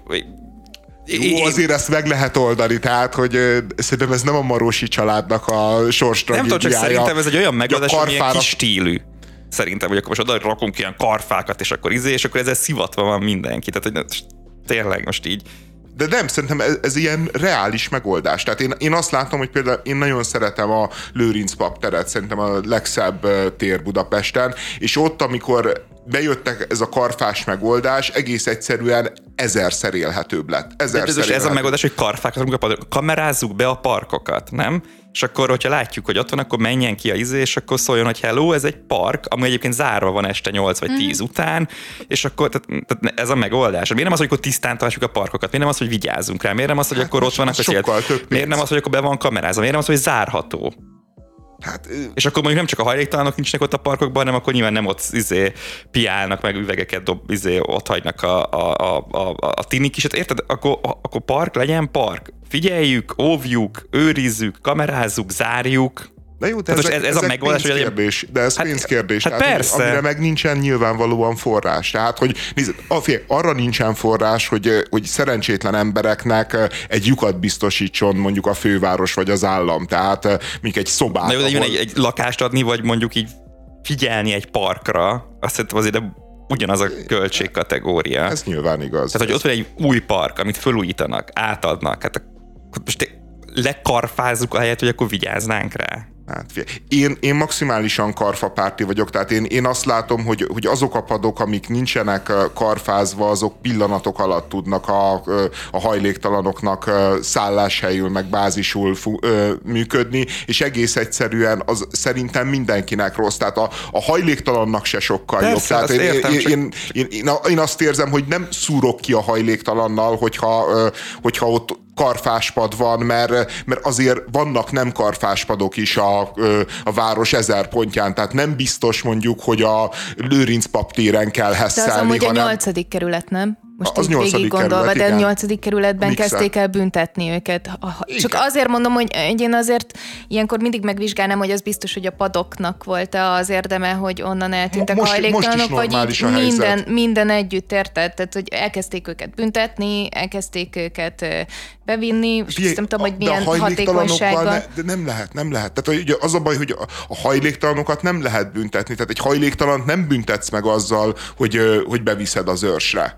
Jó, azért ezt meg lehet oldani, tehát, hogy szerintem ez nem a Marósi családnak a sors tragédiája. Nem tudom, csak szerintem ez egy olyan megoldás, ami ilyen kis stílű. Szerintem, hogy akkor most oda rakunk ilyen karfákat, és akkor izé, és akkor ezzel szivatva van mindenki. Tehát, hogy tényleg most így. De nem, szerintem ez, ez ilyen reális megoldás. Tehát én, én azt látom, hogy például én nagyon szeretem a Lőrinc pap teret, szerintem a legszebb tér Budapesten, és ott, amikor bejöttek ez a karfás megoldás, egész egyszerűen ezerszer élhetőbb lett. Ezerszer ez, ez a megoldás, hogy karfákat, kamerázzuk be a parkokat, nem? És akkor, hogyha látjuk, hogy ott van, akkor menjen ki a izé, és akkor szóljon, hogy hello, ez egy park, ami egyébként zárva van este nyolc vagy tíz mm. után, és akkor tehát, tehát ez a megoldás. Miért nem az, hogy akkor tisztán tartsuk a parkokat? Miért nem az, hogy vigyázzunk rá? Miért nem az, hogy hát akkor ott vannak a Miért nem az, hogy akkor be van kamerázva? Miért nem az, hogy zárható? Hát, és akkor mondjuk nem csak a hajléktalanok nincsnek ott a parkokban, hanem akkor nyilván nem ott izé, piálnak, meg üvegeket dob, izé, ott hagynak a, a, a, a, a tinik is. Hát érted? Akkor, akkor park legyen park. Figyeljük, óvjuk, őrizzük, kamerázzuk, zárjuk. De jó, de ezek, ez, ez a megoldás, pénzkérdés, hogy de ez hát, pénzkérdés, hát tehát, persze. Amire meg nincsen nyilvánvalóan forrás. Tehát, hogy nézd, arra nincsen forrás, hogy, hogy szerencsétlen embereknek egy lyukat biztosítson mondjuk a főváros vagy az állam. Tehát mondjuk egy szobát. Na jó, de ahol... egy, egy lakást adni, vagy mondjuk így figyelni egy parkra, azt szerintem azért de ugyanaz a költségkategória. Ez nyilván igaz. Tehát, hogy ott van egy új park, amit felújítanak, átadnak, hát most lekarfázzuk a helyet, hogy akkor vigyáznánk rá. Hát, én, én maximálisan karfapárti vagyok, tehát én, én azt látom, hogy, hogy azok a padok, amik nincsenek karfázva, azok pillanatok alatt tudnak a, a hajléktalanoknak szálláshelyül, meg bázisul működni, és egész egyszerűen az szerintem mindenkinek rossz. Tehát a, a hajléktalannak se sokkal persze, jobb. Tehát én, értem, én, csak... én, én, én, én azt érzem, hogy nem szúrok ki a hajléktalannal, hogyha, hogyha ott karfáspad van, mert, mert azért vannak nem karfáspadok is a, a város ezer pontján, tehát nem biztos mondjuk, hogy a Lőrinc pap téren kell hesszelni. De az amúgy hanem... a nyolcadik kerület, nem? Most az így végig gondolva, de a nyolcadik kerületben Mixer. kezdték el büntetni őket. Csak igen. Azért mondom, hogy én azért ilyenkor mindig megvizsgálnám, hogy az biztos, hogy a padoknak volt az érdeme, hogy onnan eltűntek most, a hajléktalanok, vagy így minden, minden együtt, érted? Tehát, hogy elkezdték őket büntetni, elkezdték őket bevinni, és Fie, nem tudom, hogy milyen hatékonysággal. Ne, de nem lehet, nem lehet. Tehát ugye az a baj, hogy a, a hajléktalanokat nem lehet büntetni. Tehát egy hajléktalant nem büntetsz meg azzal, hogy, hogy beviszed az őrsre.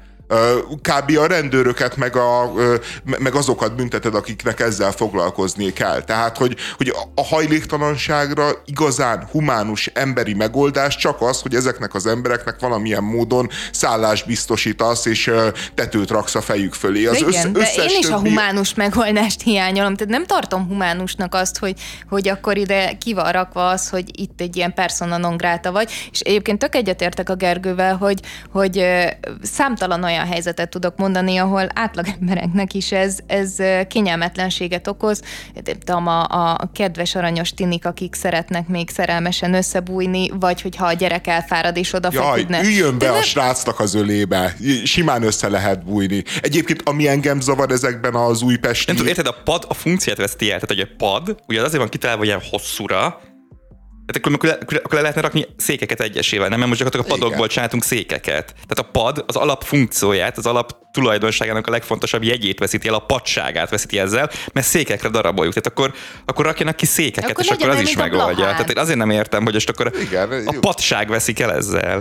Kb. A rendőröket, meg, a, meg azokat bünteted, akiknek ezzel foglalkozni kell. Tehát, hogy, hogy a hajléktalanságra igazán humánus emberi megoldás csak az, hogy ezeknek az embereknek valamilyen módon szállást biztosítasz, és tetőt raksz a fejük fölé. Az de igen, összes de én is többi... a humánus megoldást hiányolom. Tehát nem tartom humánusnak azt, hogy, hogy akkor ide ki van rakva az, hogy itt egy ilyen persona non grata vagy. És egyébként tök egyetértek a Gergővel, hogy, hogy számtalan olyan helyzetet tudok mondani, ahol átlagembereknek is ez, ez kényelmetlenséget okoz. Nem tudom, a, a kedves aranyos tinik, akik szeretnek még szerelmesen összebújni, vagy hogyha a gyerek elfárad és odafeküdne. Jaj, üljön be de a nem... srácnak az ölébe. Simán össze lehet bújni. Egyébként, ami engem zavar ezekben az újpesti... Nem tudom, érted, a pad a funkciót veszti el. Tehát, hogy a pad, ugye az azért van kitalálva ilyen hosszúra, tehát akkor, akkor, akkor le lehetne rakni székeket egyesével, nem? Mert most gyakorlatilag a padokból csináltunk székeket. Tehát a pad az alapfunkcióját, az alap tulajdonságának a legfontosabb jegyét veszíti el, a padságát veszíti ezzel, mert székekre daraboljuk. Tehát akkor, akkor rakjanak ki székeket, akkor és akkor az is megoldja. Tehát én azért nem értem, hogy most akkor igen, a padság veszik el ezzel.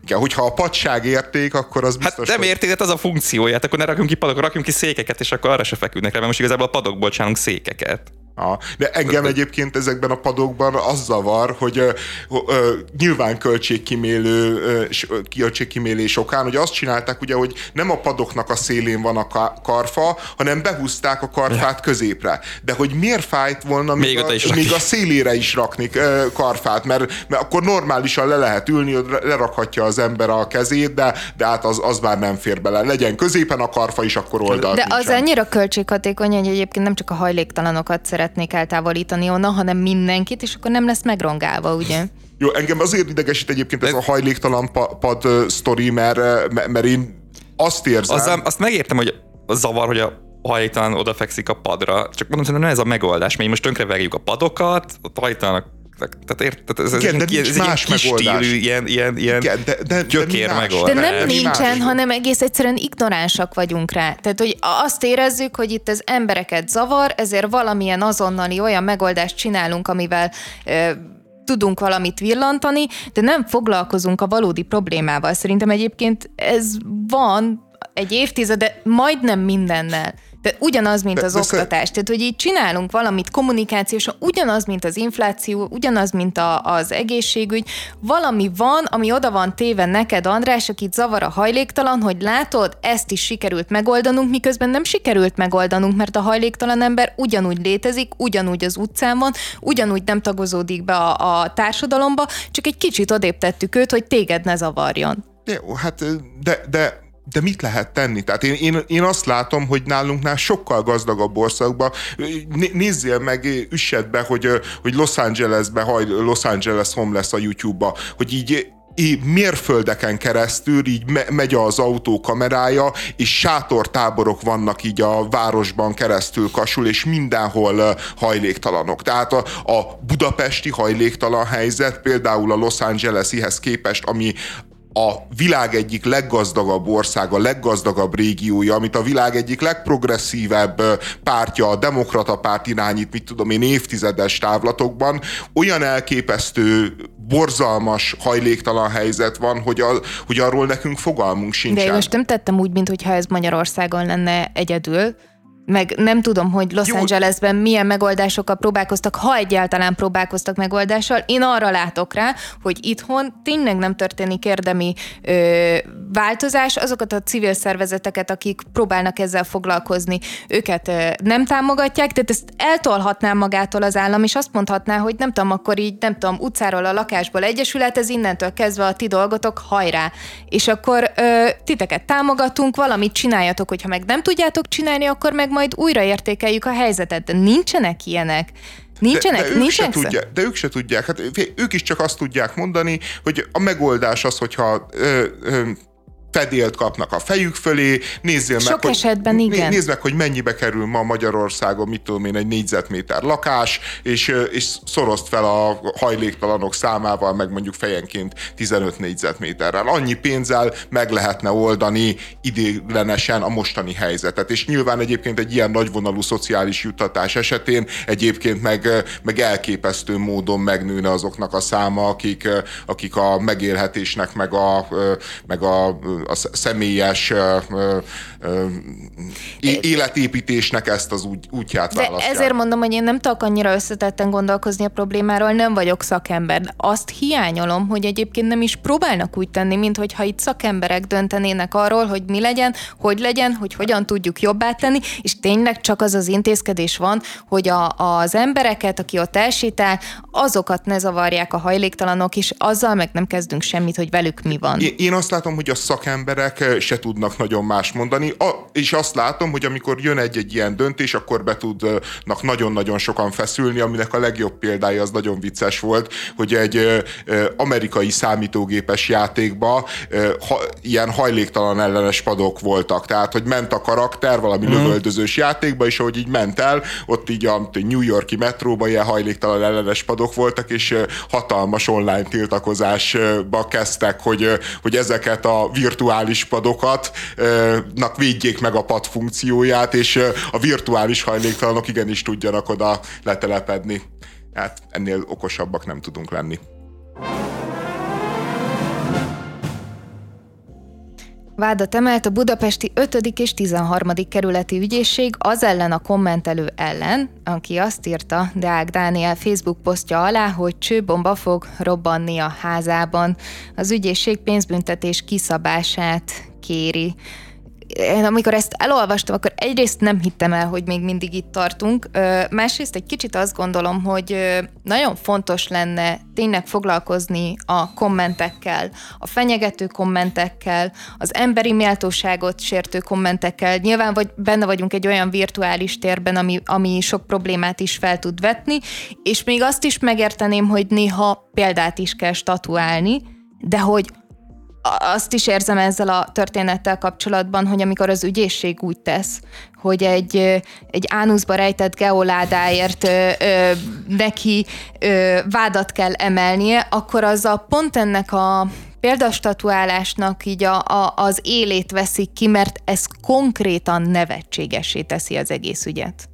Igen, hogyha a padság érték, akkor az biztos, Hát nem hogy... érték, az a funkcióját, akkor ne rakjunk ki padokra, rakjunk ki székeket, és akkor arra se feküdnek rá, mert most igazából a padokból csinálunk székeket. Ah, de engem egyébként ezekben a padokban az zavar, hogy ö, ö, nyilván költségkimélő, ö, költségkimélés okán, hogy azt csinálták ugye, hogy nem a padoknak a szélén van a karfa, hanem behúzták a karfát középre. De hogy miért fájt volna még, még, a, még a szélére is rakni ö, karfát, mert, mert akkor normálisan le lehet ülni, lerakhatja az ember a kezét, de, de hát az, az már nem fér bele. Legyen középen a karfa is, akkor oldalt De nincsen. az annyira költséghatékony, hogy egyébként nem csak a hajléktalanokat szeretnék eltávolítani onnan, hanem mindenkit, és akkor nem lesz megrongálva, ugye? Jó, engem azért idegesít egyébként ez a hajléktalan pad uh, sztori, mert, mert én azt érzem... Azzal, azt megértem, hogy zavar, hogy a hajléktalan odafekszik a padra, csak mondom, hogy nem ez a megoldás, mert most tönkreverjük a padokat, a hajléktalanok. Tehát érted, ez, igen, ez, ez egy ilyen kis stílű, ilyen, ilyen, ilyen igen, de, de, gyökér de megoldás. De nem nincsen, hanem egész egyszerűen ignoránsak vagyunk rá. Tehát, hogy azt érezzük, hogy itt az embereket zavar, ezért valamilyen azonnali olyan megoldást csinálunk, amivel ö, tudunk valamit villantani, de nem foglalkozunk a valódi problémával. Szerintem egyébként ez van egy évtizede majdnem mindennel. De ugyanaz, mint az de, de oktatás. Tehát, hogy így csinálunk valamit kommunikációsan, ugyanaz, mint az infláció, ugyanaz, mint a, az egészségügy. Valami van, ami oda van téve neked, András, akit zavar a hajléktalan, hogy látod, ezt is sikerült megoldanunk, miközben nem sikerült megoldanunk, mert a hajléktalan ember ugyanúgy létezik, ugyanúgy az utcán van, ugyanúgy nem tagozódik be a, a társadalomba, csak egy kicsit odébb tettük őt, hogy téged ne zavarjon. Jó, hát de... de... De mit lehet tenni? Tehát én, én, én azt látom, hogy nálunknál sokkal gazdagabb országban, nézzél meg, üssed be, hogy, hogy Los Angelesbe, Los Angeles Homeless a YouTube-ba, hogy így mérföldeken keresztül így me- megy az autó kamerája, és sátortáborok vannak így a városban keresztül kasul, és mindenhol hajléktalanok. Tehát a, a budapesti hajléktalan helyzet például a Los Angelesihez képest, ami a világ egyik leggazdagabb országa, leggazdagabb régiója, amit a világ egyik legprogresszívebb pártja, a demokrata párt irányít, mit tudom én, évtizedes távlatokban, olyan elképesztő, borzalmas hajléktalan helyzet van, hogy, a, hogy arról nekünk fogalmunk sincsen. De én most nem tettem úgy, mintha ez Magyarországon lenne egyedül, meg nem tudom, hogy Los Jó. Angelesben milyen megoldásokkal próbálkoztak, ha egyáltalán próbálkoztak megoldással. Én arra látok rá, hogy itthon tényleg nem történik érdemi ö, változás. Azokat a civil szervezeteket, akik próbálnak ezzel foglalkozni, őket ö, nem támogatják, tehát ezt eltolhatná magától az állam, és azt mondhatná, hogy nem tudom, akkor így, nem tudom, utcáról a lakásból egyesület, ez innentől kezdve a ti dolgotok, hajrá! És akkor ö, titeket támogatunk, valamit csináljatok, hogyha meg nem tudjátok csinálni, akkor meg majd újraértékeljük a helyzetet, de nincsenek ilyenek. Nincsenek, de, de, ők nincsenek se tudják, de ők se tudják. Hát ők is csak azt tudják mondani, hogy a megoldás az, hogyha ö, ö, fedélt kapnak a fejük fölé, nézzél Sok meg, esetben hogy, igen. nézd meg, hogy mennyibe kerül ma Magyarországon, mit tudom én, egy négyzetméter lakás, és, és szorozd fel a hajléktalanok számával, meg mondjuk fejenként tizenöt négyzetméterrel. Annyi pénzzel meg lehetne oldani ideiglenesen a mostani helyzetet. És nyilván egyébként egy ilyen nagyvonalú szociális juttatás esetén egyébként meg, meg elképesztő módon megnőne azoknak a száma, akik, akik a megélhetésnek, meg a, meg a a személyes ö, ö, ö, életépítésnek ezt az úgy, útját választják. De ezért mondom, hogy én nem tudok annyira összetetten gondolkozni a problémáról, nem vagyok szakember. Azt hiányolom, hogy egyébként nem is próbálnak úgy tenni, mint hogyha itt szakemberek döntenének arról, hogy mi legyen, hogy legyen, hogy hogyan tudjuk jobbá tenni, és tényleg csak az az intézkedés van, hogy a, az embereket, aki ott elsétál, azokat ne zavarják a hajléktalanok, és azzal meg nem kezdünk semmit, hogy velük mi van. Én, én azt látom, hogy a szakemberek se tudnak nagyon más mondani, a, és azt látom, hogy amikor jön egy-egy ilyen döntés, akkor be tudnak nagyon-nagyon sokan feszülni, aminek a legjobb példája az nagyon vicces volt, hogy egy ö, ö, amerikai számítógépes játékban ö, ha, ilyen hajléktalan ellenes padok voltak, tehát, hogy ment a karakter valami mm. lövöldözős játékba, és ahogy így ment el, ott így a New York-i metróban ilyen hajléktalan ellenes padok voltak, és ö, hatalmas online tiltakozásba kezdtek, hogy, ö, hogy ezeket a virtuális padokat nak védjék meg a pad funkcióját, és a virtuális hajléktalanok igenis tudjanak oda letelepedni. Hát ennél okosabbak nem tudunk lenni. Vádat emelt a budapesti ötödik és tizenharmadik kerületi ügyészség az ellen a kommentelő ellen, aki azt írta Deák Dániel Facebook posztja alá, hogy csőbomba fog robbanni a házában. Az ügyészség pénzbüntetés kiszabását kéri. Én amikor ezt elolvastam, akkor egyrészt nem hittem el, hogy még mindig itt tartunk, másrészt egy kicsit azt gondolom, hogy nagyon fontos lenne tényleg foglalkozni a kommentekkel, a fenyegető kommentekkel, az emberi méltóságot sértő kommentekkel. Nyilván vagy benne vagyunk egy olyan virtuális térben, ami, ami sok problémát is fel tud vetni, és még azt is megérteném, hogy néha példát is kell statuálni, de hogy azt is érzem ezzel a történettel kapcsolatban, hogy amikor az ügyészség úgy tesz, hogy egy, egy ánuszba rejtett geoládáért ö, ö, neki ö, vádat kell emelnie, akkor azzal pont ennek a példastatuálásnak így a, a, az élét veszik ki, mert ez konkrétan nevetségessé teszi az egész ügyet.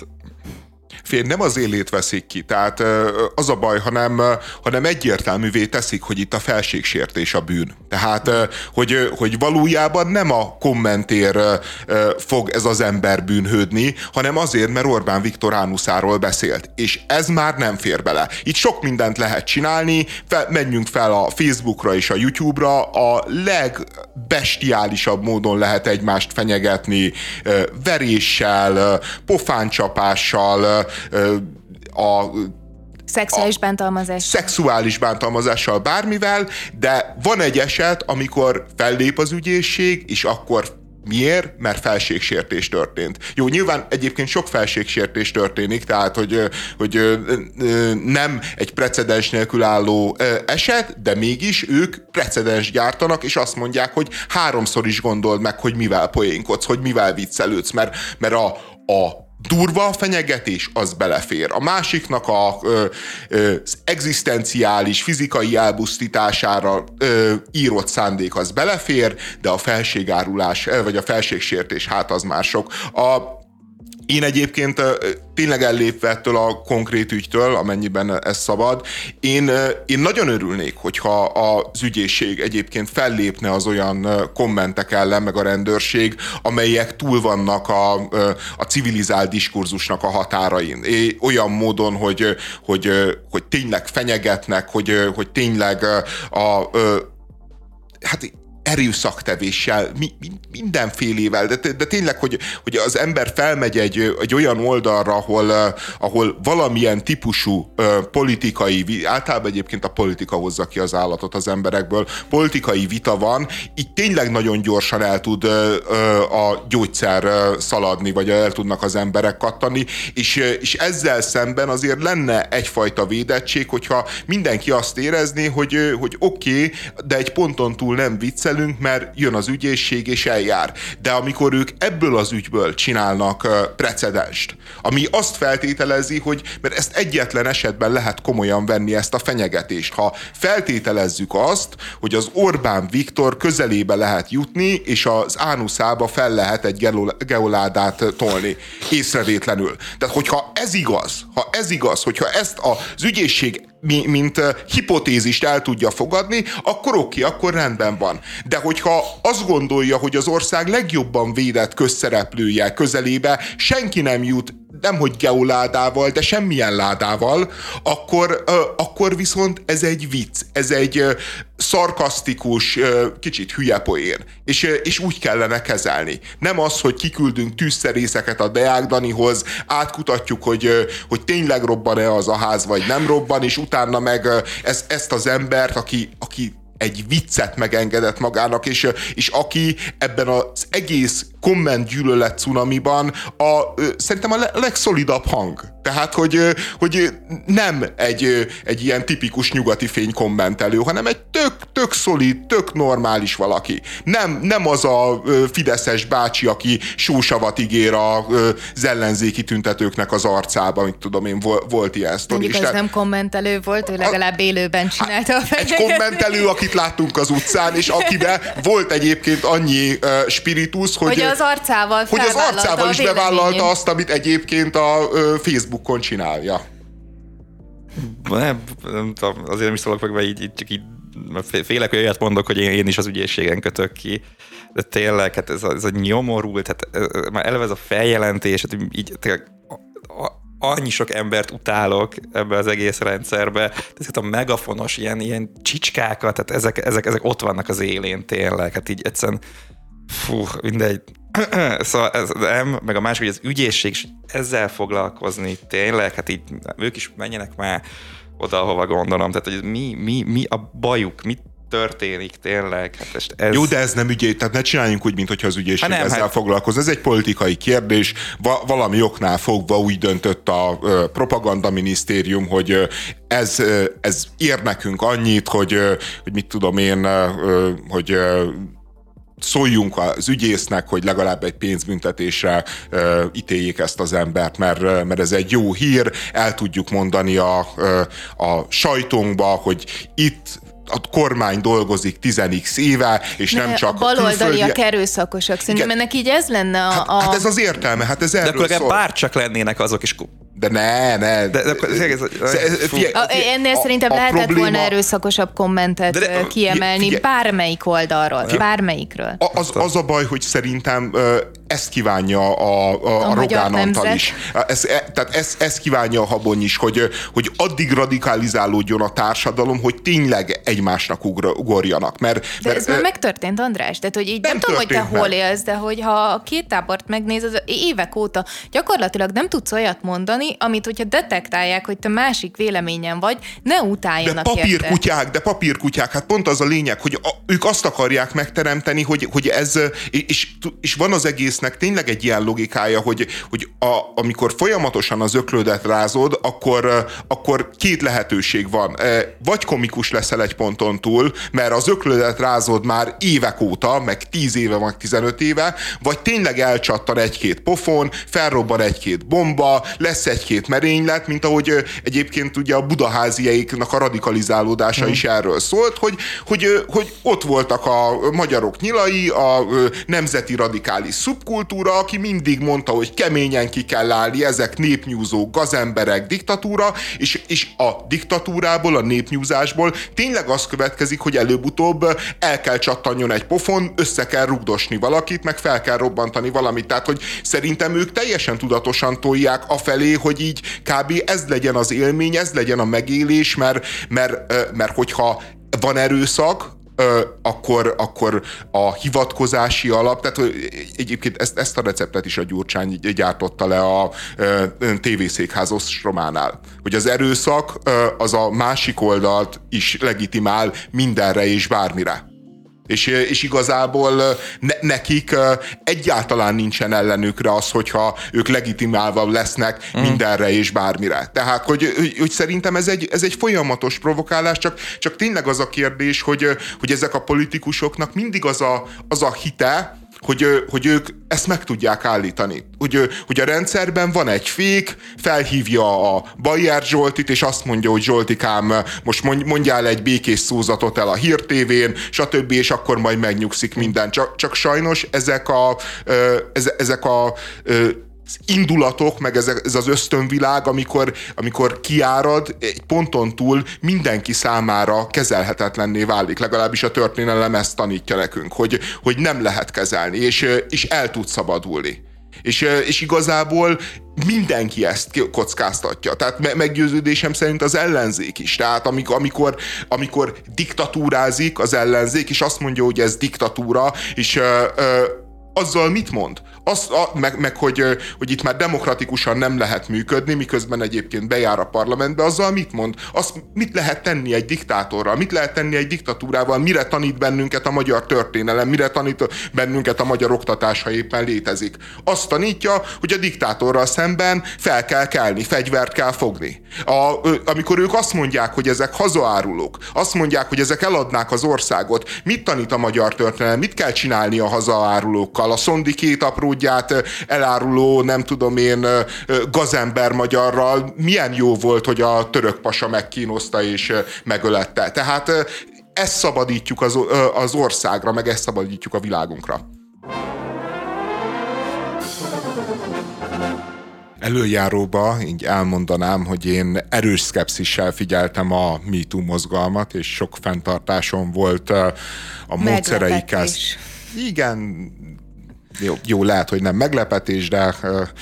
Fél, nem az élét veszik ki, tehát az a baj, hanem, hanem egyértelművé teszik, hogy itt a felségsértés a bűn. Tehát, hogy, hogy valójában nem a kommentér fog ez az ember bűnhődni, hanem azért, mert Orbán Viktor ánuszáról beszélt. És ez már nem fér bele. Itt sok mindent lehet csinálni, fel, menjünk fel a Facebookra és a YouTube-ra, a legbestiálisabb módon lehet egymást fenyegetni, veréssel, pofáncsapással, a Szexuális bántalmazással. Szexuális bántalmazással, bármivel, de van egy eset, amikor fellép az ügyészség, és akkor miért? Mert felségsértés történt. Jó, nyilván egyébként sok felségsértés történik, tehát, hogy, hogy nem egy precedens nélkül álló eset, de mégis ők precedens gyártanak, és azt mondják, hogy háromszor is gondold meg, hogy mivel poénkodsz, hogy mivel viccelődsz, mert, mert a, a durva fenyegetés, az belefér. A másiknak a, ö, ö, az egzisztenciális, fizikai elpusztítására ö, írott szándék, az belefér, de a felségárulás, vagy a felségsértés, hát az már sok. A Én egyébként tényleg ellépve ettől a konkrét ügytől, amennyiben ez szabad, én, én nagyon örülnék, hogyha az ügyészség egyébként fellépne az olyan kommentek ellen, meg a rendőrség, amelyek túl vannak a, a civilizált diskurzusnak a határain. É, olyan módon, hogy, hogy, hogy tényleg fenyegetnek, hogy, hogy tényleg a, a hát erőszaktevéssel, mi, mi, mindenfélével, de, de tényleg, hogy, hogy az ember felmegy egy, egy olyan oldalra, ahol, ahol valamilyen típusú uh, politikai, általában egyébként a politika hozza ki az állatot az emberekből, politikai vita van, így tényleg nagyon gyorsan el tud uh, uh, a gyógyszer uh, szaladni, vagy el tudnak az emberek kattani, és, uh, és ezzel szemben azért lenne egyfajta védettség, hogyha mindenki azt érezné, hogy, uh, hogy oké, okay, de egy ponton túl nem viccel, mert jön az ügyészség és eljár. De amikor ők ebből az ügyből csinálnak uh, precedenst, ami azt feltételezi, hogy mert ezt egyetlen esetben lehet komolyan venni, ezt a fenyegetést. Ha feltételezzük azt, hogy az Orbán Viktor közelébe lehet jutni, és az ánuszába fel lehet egy geoládát tolni észrevétlenül. Tehát, hogyha ez igaz, ha ez igaz, hogyha ezt az ügyészség mint hipotézist el tudja fogadni, akkor oké, akkor rendben van. De hogyha azt gondolja, hogy az ország legjobban védett közszereplője közelébe senki nem jut, nemhogy geoládával, de semmilyen ládával, akkor, akkor viszont ez egy vicc, ez egy szarkasztikus, kicsit hülye poén. És, és úgy kellene kezelni. Nem az, hogy kiküldünk tűzszerészeket a Deák Danihoz, átkutatjuk, hogy, hogy tényleg robban-e az a ház, vagy nem robban, és utána meg ez, ezt az embert, aki, aki egy viccet megengedett magának, és, és aki ebben az egész komment gyűlölet cunamiban a, szerintem a legszolidabb hang. Tehát, hogy, hogy nem egy, egy ilyen tipikus nyugati fény kommentelő, hanem egy tök, tök szolid, tök normális valaki. Nem, nem az a fideszes bácsi, aki sósavat ígér az ellenzéki tüntetőknek az arcába, mint tudom én, volt ilyen sztori. Mondjuk ez nem kommentelő volt, ő legalább élőben csinálta a Egy kommentelő, akit láttunk az utcán, és akiben volt egyébként annyi uh, spiritus, hogy, hogy az arcával, hogy az arcával is bevállalta azt, amit egyébként a uh, Facebookon csinálja. Nem, nem tudom, azért nem is szólok meg, mert így, így csak így félek, hogy olyat mondok, hogy én, én is az ügyészségen kötök ki, de tényleg, hát ez a, ez a nyomorult, hát ez, már eleve ez a feljelentés, hát így tényleg a, a, annyi sok embert utálok ebbe az egész rendszerbe, ezeket a megafonos ilyen, ilyen csicskákat, tehát ezek, ezek, ezek ott vannak az élén tényleg, hát így egyszerűen fú, mindegy. Szóval ez nem, meg a másik, hogy az ügyészség is ezzel foglalkozni tényleg, hát így ők is menjenek már oda, ahova gondolom, tehát hogy mi, mi, mi a bajuk, mit történik tényleg. Hát ez... Jó, de ez nem ügyész, tehát ne csináljunk úgy, mintha az ügyészség nem, ezzel hát... foglalkoz. Ez egy politikai kérdés, Va- valami oknál fogva úgy döntött a ö, propagandaminisztérium, hogy ö, ez, ö, ez ér nekünk annyit, hogy, ö, hogy mit tudom én, ö, hogy ö, szóljunk az ügyésznek, hogy legalább egy pénzbüntetésre uh, ítéljék ezt az embert, mert, mert ez egy jó hír, el tudjuk mondani a, a sajtónkba, hogy itt a kormány dolgozik tíz x éve, és ne, nem csak a baloldaliak erőszakosok. Szerintem ennek így ez lenne a... Hát, a... hát ez az értelme, hát ez erről de akkor bárcsak lennének azok is... De ne, ne. De, de, de, ez, a, ennél a, szerintem a lehetett probléma... volna erőszakosabb kommentet de, de, kiemelni figyelj, bármelyik oldalról, figyelj, bármelyikről. Az, az a baj, hogy szerintem ezt kívánja a, a, a, a Rogán Antal is. Ez, tehát ezt, ezt kívánja a Habony is, hogy, hogy addig radikalizálódjon a társadalom, hogy tényleg egymásnak ugorjanak. Mert, de mert, ez már megtörtént, András. Tehát, hogy így nem, nem tudom, hogy te hol élsz, de hogy ha a két tábort megnézed, évek óta gyakorlatilag nem tudsz olyat mondani, amit, hogyha detektálják, hogy te másik véleményen vagy, ne utáljanak de papírkutyák, de papírkutyák, hát pont az a lényeg, hogy a, ők azt akarják megteremteni, hogy, hogy ez, és, és van az egésznek tényleg egy ilyen logikája, hogy, hogy a, amikor folyamatosan az öklödet rázod, akkor, akkor két lehetőség van. Vagy komikus leszel egy ponton túl, mert az öklödet rázod már évek óta, meg tíz éve, meg tizenöt éve, vagy tényleg elcsattan egy-két pofon, felrobban egy-két bomba, lesz egy-két merénylet, mint ahogy egyébként ugye a budaháziaiknak a radikalizálódása hmm. is erről szólt, hogy, hogy, hogy ott voltak a magyarok nyilai, a nemzeti radikális szubkultúra, aki mindig mondta, hogy keményen ki kell állni, ezek népnyúzók, gazemberek, diktatúra, és, és a diktatúrából, a népnyúzásból tényleg az következik, hogy előbb-utóbb el kell csattanjon egy pofon, össze kell rugdosni valakit, meg fel kell robbantani valamit. Tehát, hogy szerintem ők teljesen tudatosan tolják afelé, hogy így kb. Ez legyen az élmény, ez legyen a megélés, mert, mert, mert hogyha van erőszak, akkor, akkor a hivatkozási alap, tehát egyébként ezt, ezt a receptet is a Gyurcsány gyártotta le a tévészékház ostrománál, hogy az erőszak az a másik oldalt is legitimál mindenre és bármire. És, és igazából ne, nekik egyáltalán nincsen ellenükre az, hogyha ők legitimálva lesznek mm. mindenre és bármire. Tehát, hogy, hogy, hogy szerintem ez egy, ez egy folyamatos provokálás, csak, csak tényleg az a kérdés, hogy, hogy ezek a politikusoknak mindig az a, az a hite, hogy, hogy ők ezt meg tudják állítani. Hogy, hogy a rendszerben van egy fék, felhívja a Bajer Zsoltit, és azt mondja, hogy Zsoltikám, most mondjál egy békés szózatot el a Hír té vén, stb., és akkor majd megnyugszik minden. Csak, csak sajnos ezek a, ezek a indulatok, meg ez, ez az ösztönvilág, amikor, amikor kiárad, egy ponton túl mindenki számára kezelhetetlenné válik. Legalábbis a történelem ezt tanítja nekünk, hogy, hogy nem lehet kezelni, és, és el tud szabadulni. És, és igazából mindenki ezt kockáztatja. Tehát meggyőződésem szerint az ellenzék is. Tehát amikor, amikor, amikor diktatúrázik az ellenzék, és azt mondja, hogy ez diktatúra, és ö, ö, azzal mit mond? Az, a, meg, meg hogy, hogy itt már demokratikusan nem lehet működni, miközben egyébként bejár a parlamentbe, azzal mit mond? Azt mit lehet tenni egy diktátorral? Mit lehet tenni egy diktatúrával? Mire tanít bennünket a magyar történelem? Mire tanít bennünket a magyar oktatás, ha éppen létezik? Azt tanítja, hogy a diktátorral szemben fel kell kelni, fegyvert kell fogni. A, amikor ők azt mondják, hogy ezek hazaárulók, azt mondják, hogy ezek eladnák az országot, mit tanít a magyar történelem? Mit kell csinálni a hazaárulókkal? A Szondi két apródját eláruló, nem tudom én, gazember magyarral milyen jó volt, hogy a török pasa megkínozta és megölette. Tehát ezt szabadítjuk az, az országra, meg ezt szabadítjuk a világunkra. Előjáróba így elmondanám, hogy én erős szkepszissel figyeltem a MeToo mozgalmat, és sok fenntartásom volt a módszereikkel. Igen, Jó, jó, lehet, hogy nem meglepetés, de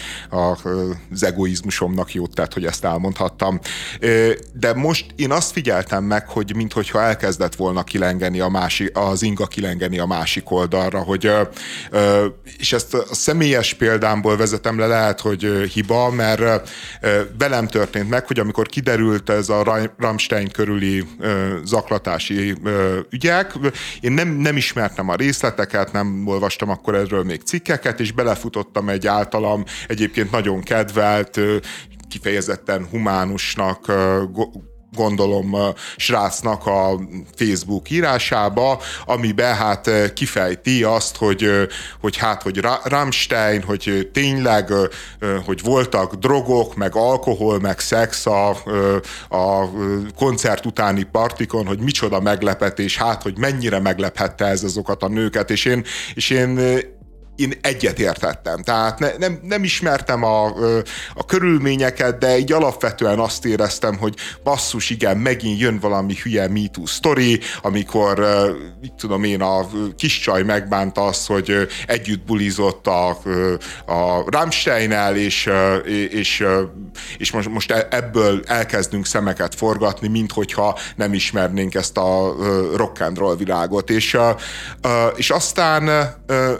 az egoizmusomnak jót tett, hogy ezt elmondhattam. De most én azt figyeltem meg, hogy minthogyha elkezdett volna kilengeni a másik, az inga kilengeni a másik oldalra, hogy, és ezt a személyes példámból vezetem le, lehet, hogy hiba, mert velem történt meg, hogy amikor kiderült ez a Rammstein körüli zaklatási ügyek, én nem, nem ismertem a részleteket, nem olvastam akkor erről még cikkeket, és belefutottam egy általam egyébként nagyon kedvelt, kifejezetten humánusnak gondolom srácnak a Facebook írásába, amiben hát kifejti azt, hogy, hogy hát, hogy Rammstein, hogy tényleg, hogy voltak drogok, meg alkohol, meg szex a, a koncert utáni partikon, hogy micsoda meglepetés, hát, hogy mennyire meglephette ez azokat a nőket, és én, és én én egyet értettem. Tehát ne, nem, nem ismertem a, a körülményeket, de így alapvetően azt éreztem, hogy basszus, igen, megint jön valami hülye MeToo sztori, amikor, mit tudom én, a kis csaj megbánta azt, hogy együtt bulizott a, a Rammstein-el, és, és, és most, most ebből elkezdünk szemeket forgatni, minthogyha nem ismernénk ezt a rock and roll világot. És, és aztán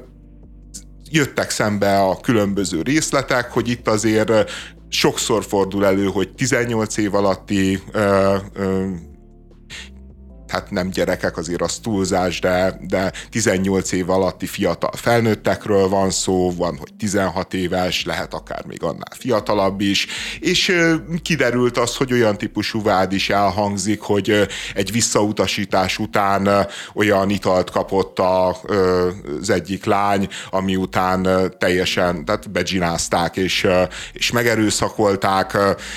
jöttek szembe a különböző részletek, hogy itt azért sokszor fordul elő, hogy tizennyolc év alatti ö, ö, hát nem gyerekek, azért az túlzás, de, de tizennyolc év alatti fiatal felnőttekről van szó, van, hogy tizenhat éves, lehet akár még annál fiatalabb is, és kiderült az, hogy olyan típusú vád is elhangzik, hogy egy visszautasítás után olyan italt kapott a, az egyik lány, ami után teljesen, tehát begginázták és, és megerőszakolták.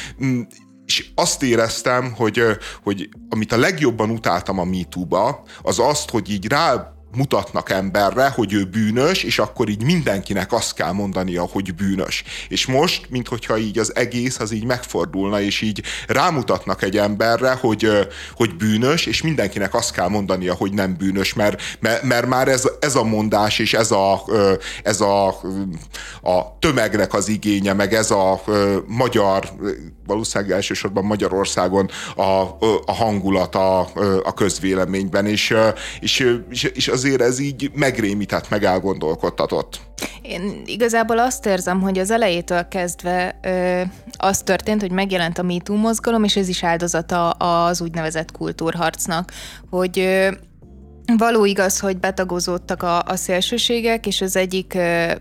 És azt éreztem, hogy, hogy amit a legjobban utáltam a MeToo-ba, az azt, hogy így rá mutatnak emberre, hogy ő bűnös, és akkor így mindenkinek azt kell mondania, hogy bűnös. És most, minthogyha így az egész az így megfordulna, és így rámutatnak egy emberre, hogy, hogy bűnös, és mindenkinek azt kell mondania, hogy nem bűnös, mert, mert, mert már ez, ez a mondás, és ez, a, ez a, a tömegnek az igénye, meg ez a magyar, valószínűleg elsősorban Magyarországon a, a hangulat a, a közvéleményben, és, és, és azért ez így megrémített, meg elgondolkodtatott. Én igazából azt érzem, hogy az elejétől kezdve ö, az történt, hogy megjelent a MeToo mozgalom, és ez is áldozata az úgynevezett kultúrharcnak, hogy ö, való igaz, hogy betagozódtak a, a szélsőségek, és az egyik,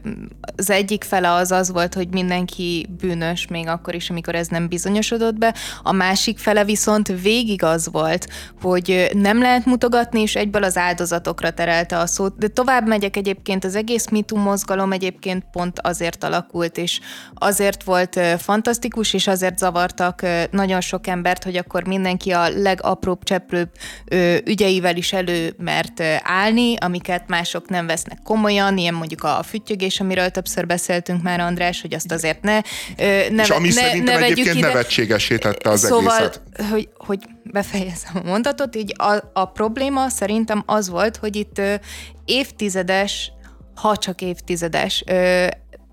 az egyik fele az az volt, hogy mindenki bűnös, még akkor is, amikor ez nem bizonyosodott be. A másik fele viszont végig az volt, hogy nem lehet mutogatni, és egyből az áldozatokra terelte a szót. De tovább megyek egyébként, az egész MeToo mozgalom egyébként pont azért alakult, és azért volt fantasztikus, és azért zavartak nagyon sok embert, hogy akkor mindenki a legapróbb, cseprőbb ügyeivel is elő mert állni, amiket mások nem vesznek komolyan, ilyen mondjuk a füttyögés, amiről többször beszéltünk már, András, hogy azt azért ne ne, És ami ne, szerintem ne egyébként ide. nevetségesé tette az szóval, egészet. Hogy, hogy befejezem a mondatot, így a, a probléma szerintem az volt, hogy itt ö, évtizedes, ha csak évtizedes, ö,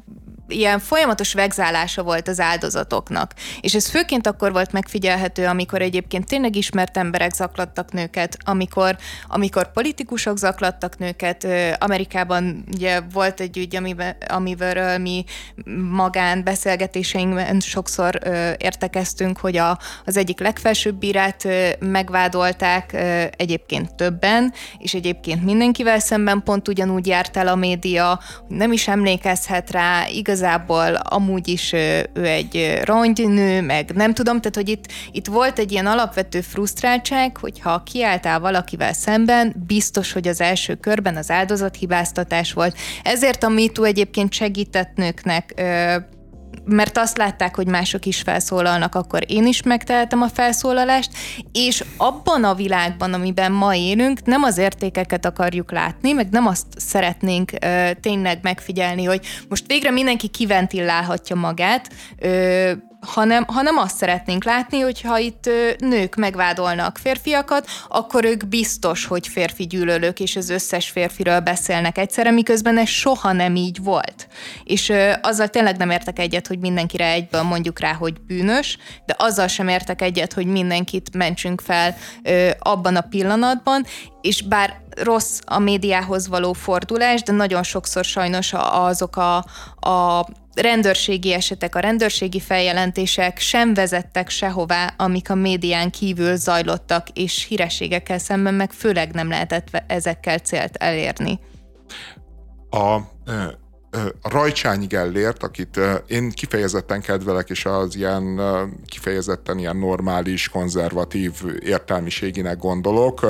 ilyen folyamatos vegzálása volt az áldozatoknak. És ez főként akkor volt megfigyelhető, amikor egyébként tényleg ismert emberek zaklattak nőket, amikor, amikor politikusok zaklattak nőket. Amerikában ugye volt egy ügy, amiben, amivel mi magán beszélgetéseinkben sokszor ö, értekeztünk, hogy a, az egyik legfelsőbb bírát ö, megvádolták, ö, egyébként többen, és egyébként mindenkivel szemben pont ugyanúgy járt el a média, nem is emlékezhet rá, igaz igazából amúgy is ő egy rongynő, meg nem tudom, tehát hogy itt, itt volt egy ilyen alapvető frusztráltság, hogyha kiálltál valakivel szemben, biztos, hogy az első körben az áldozathibáztatás volt. Ezért a MeToo egyébként segített nőknek ö, mert azt látták, hogy mások is felszólalnak, akkor én is megtehetem a felszólalást, és abban a világban, amiben ma élünk, nem az értékeket akarjuk látni, meg nem azt szeretnénk ö, tényleg megfigyelni, hogy most végre mindenki kiventillálhatja magát, ö, hanem, hanem azt szeretnénk látni, hogyha itt ö, nők megvádolnak férfiakat, akkor ők biztos, hogy férfi gyűlölők, és az összes férfiről beszélnek egyszerre, miközben ez soha nem így volt. És ö, azzal tényleg nem értek egyet, hogy mindenkire egyből mondjuk rá, hogy bűnös, de azzal sem értek egyet, hogy mindenkit mentsünk fel ö, abban a pillanatban, és bár rossz a médiához való fordulás, de nagyon sokszor sajnos azok a, a rendőrségi esetek, a rendőrségi feljelentések sem vezettek sehová, amik a médián kívül zajlottak, és hírességekkel szemben meg főleg nem lehetett ezekkel célt elérni. A, a Rajcsányi Gellért, akit én kifejezetten kedvelek, és az ilyen kifejezetten ilyen normális, konzervatív értelmiséginek gondolok,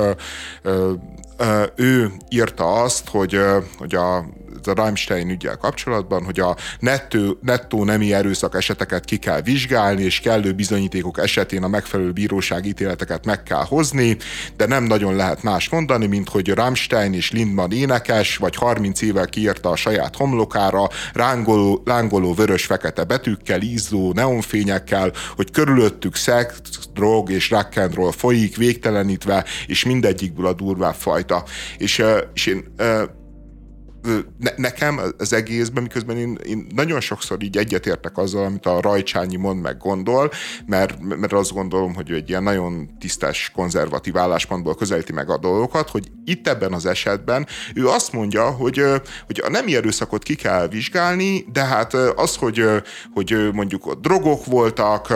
ő írta azt, hogy, hogy a a Rammstein üggyel kapcsolatban, hogy a nettó, nettó nemi erőszak eseteket ki kell vizsgálni, és kellő bizonyítékok esetén a megfelelő bírósági ítéleteket meg kell hozni, de nem nagyon lehet más mondani, mint hogy Rammstein és Lindman énekes, vagy harminc évvel kiírta a saját homlokára, rángoló, lángoló vörös-fekete betűkkel, ízzó neonfényekkel, hogy körülöttük szex, drog és rock and roll folyik, végtelenítve, és mindegyikből a durvább fajta. És, és én Ne, nekem az egészben, miközben én, én nagyon sokszor így egyetértek azzal, amit a Rajcsányi mond meg gondol, mert, mert azt gondolom, hogy egy ilyen nagyon tisztes, konzervatív álláspontból közelíti meg a dolgokat, hogy itt ebben az esetben ő azt mondja, hogy, hogy a nemi erőszakot ki kell vizsgálni, de hát az, hogy, hogy mondjuk ott drogok voltak,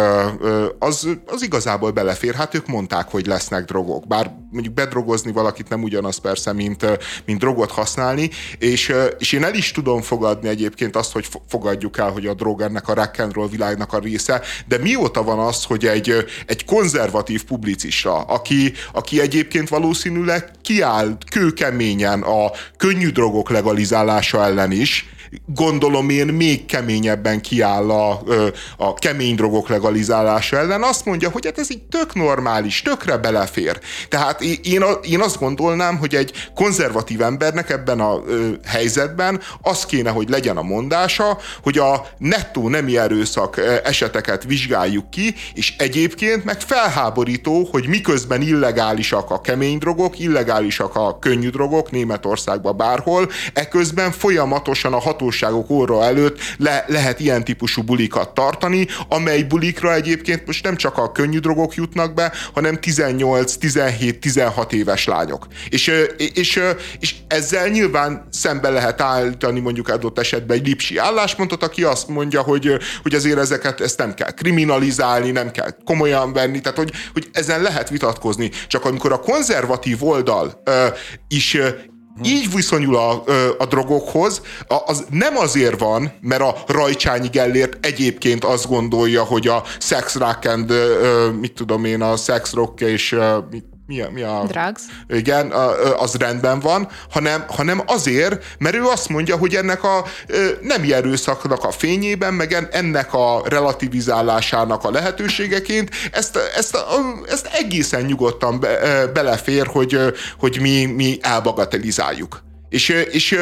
az, az igazából belefér. Hát ők mondták, hogy lesznek drogok. Bár mondjuk bedrogozni valakit nem ugyanaz persze, mint, mint drogot használni, És, és én el is tudom fogadni egyébként azt, hogy fogadjuk el, hogy a drog ennek a rock and roll világnak a része, de mióta van az, hogy egy, egy konzervatív publicista, aki, aki egyébként valószínűleg kiáll kőkeményen a könnyű drogok legalizálása ellen is, gondolom én még keményebben kiáll a, a kemény drogok legalizálása ellen, azt mondja, hogy hát ez így tök normális, tökre belefér. Tehát én, én azt gondolnám, hogy egy konzervatív embernek ebben a helyzetben az kéne, hogy legyen a mondása, hogy a nettó nemi erőszak eseteket vizsgáljuk ki, és egyébként meg felháborító, hogy miközben illegálisak a kemény drogok, illegálisak a könnyű drogok Németországban bárhol, eközben folyamatosan a hatóságok óra előtt le, lehet ilyen típusú bulikat tartani, amely bulikra egyébként most nem csak a könnyű drogok jutnak be, hanem tizennyolc, tizenhét, tizenhat éves lányok. És, és, és ezzel nyilván szembe lehet állítani mondjuk adott esetben egy lipsi álláspontot, aki azt mondja, hogy, hogy azért ezeket ezt nem kell kriminalizálni, nem kell komolyan venni, tehát hogy, hogy ezen lehet vitatkozni. Csak amikor a konzervatív oldal ö, is így viszonyul a, a drogokhoz, az nem azért van, mert a Rajcsányi Gellért egyébként azt gondolja, hogy a sex rock and, mit tudom én, a sex rock és mit Mi a, mi a, drugs. Igen, az rendben van, hanem, hanem azért, mert ő azt mondja, hogy ennek a nemi erőszaknak a fényében, meg ennek a relativizálásának a lehetőségeként ezt, ezt, ezt egészen nyugodtan be, belefér, hogy, hogy mi, mi elbagatelizáljuk. És, és,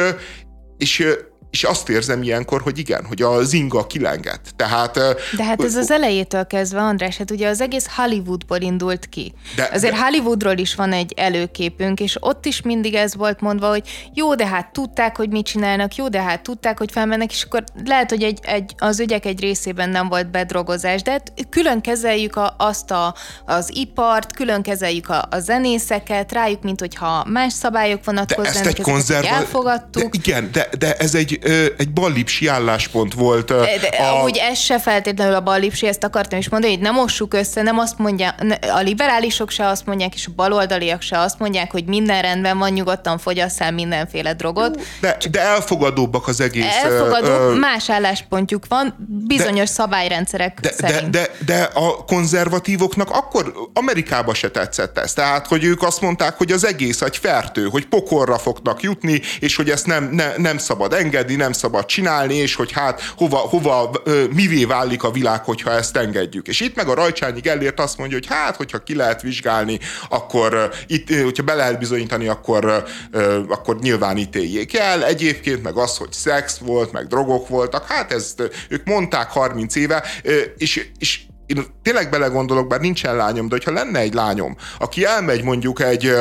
és És azt érzem ilyenkor, hogy igen, hogy a zinga kilengett. Tehát, de hát ez az elejétől kezdve, András, hát ugye az egész Hollywoodból indult ki. De, Azért de... Hollywoodról is van egy előképünk, és ott is mindig ez volt mondva, hogy jó, de hát tudták, hogy mit csinálnak, jó, de hát tudták, hogy felmennek, és akkor lehet, hogy egy, egy, az ügyek egy részében nem volt bedrogozás, de hát külön kezeljük a, azt a, az ipart, külön kezeljük a, a zenészeket, rájuk, mint hogyha más szabályok vonatkoznak, egy konzerva... elfogadtuk. De igen, de, de ez egy egy ballipsi álláspont volt. De, de a... Amúgy ez se feltétlenül a ballipsi, ezt akartam is mondani, hogy nem mossuk össze, nem azt mondja, a liberálisok se azt mondják, és a baloldaliak se azt mondják, hogy minden rendben van, nyugodtan fogyasszál mindenféle drogot. De, de elfogadóbbak az egész. Elfogadóbb, ö, más álláspontjuk van, bizonyos de, szabályrendszerek de, szerint. De, de, de a konzervatívoknak akkor Amerikában se tetszett ez. Tehát, hogy ők azt mondták, hogy az egész egy fertő, hogy pokolra fognak jutni, és hogy ezt nem, ne, nem szabad engedni, engedi, nem szabad csinálni, és hogy hát hova, hova mivé válik a világ, hogyha ezt engedjük. És itt meg a Rajcsányi Gellért azt mondja, hogy hát, hogyha ki lehet vizsgálni, akkor itt, hogyha be lehet bizonyítani, akkor, akkor nyilván ítéljék el. Egyébként meg az, hogy szex volt, meg drogok voltak, hát ezt ők mondták harminc éve, és, és én tényleg belegondolok, bár nincsen lányom, de hogyha lenne egy lányom, aki elmegy mondjuk egy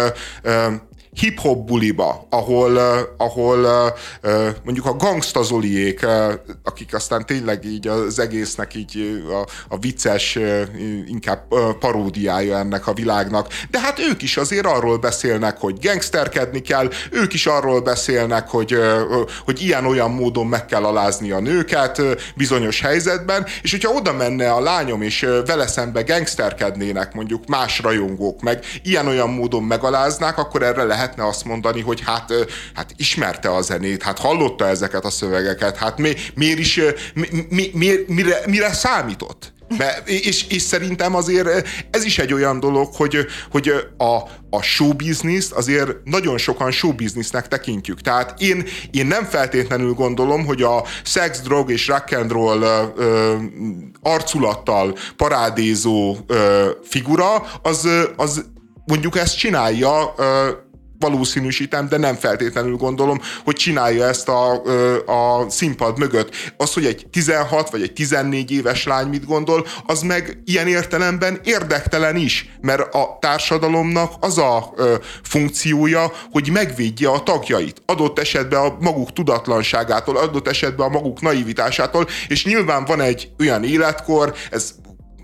hip-hop buliba, ahol, ahol mondjuk a Gangsta Zoliék, akik aztán tényleg így az egésznek így a, a vicces, inkább paródiája ennek a világnak, de hát ők is azért arról beszélnek, hogy gangsterkedni kell, ők is arról beszélnek, hogy, hogy ilyen-olyan módon meg kell alázni a nőket bizonyos helyzetben, és hogyha oda menne a lányom, és vele szembe gangsterkednének mondjuk más rajongók, meg ilyen-olyan módon megaláznák, akkor erre lehet lehetne azt mondani, hogy hát, hát ismerte a zenét, hát hallotta ezeket a szövegeket, hát mi, miért is, mi, mi, mi, mire, mire számított? Be, és, és szerintem azért ez is egy olyan dolog, hogy, hogy a, a showbizniszt azért nagyon sokan showbiznisznek tekintjük. Tehát én, én nem feltétlenül gondolom, hogy a sex, drog és rock and roll ö, arculattal parádézó ö, figura, az, az mondjuk ezt csinálja, ö, valószínűsítem, de nem feltétlenül gondolom, hogy csinálja ezt a, a színpad mögött. Az, hogy egy tizenhat vagy egy tizennégy éves lány mit gondol, az meg ilyen értelemben érdektelen is, mert a társadalomnak az a ö, funkciója, hogy megvédje a tagjait. Adott esetben a maguk tudatlanságától, adott esetben a maguk naivitásától, és nyilván van egy olyan életkor, ez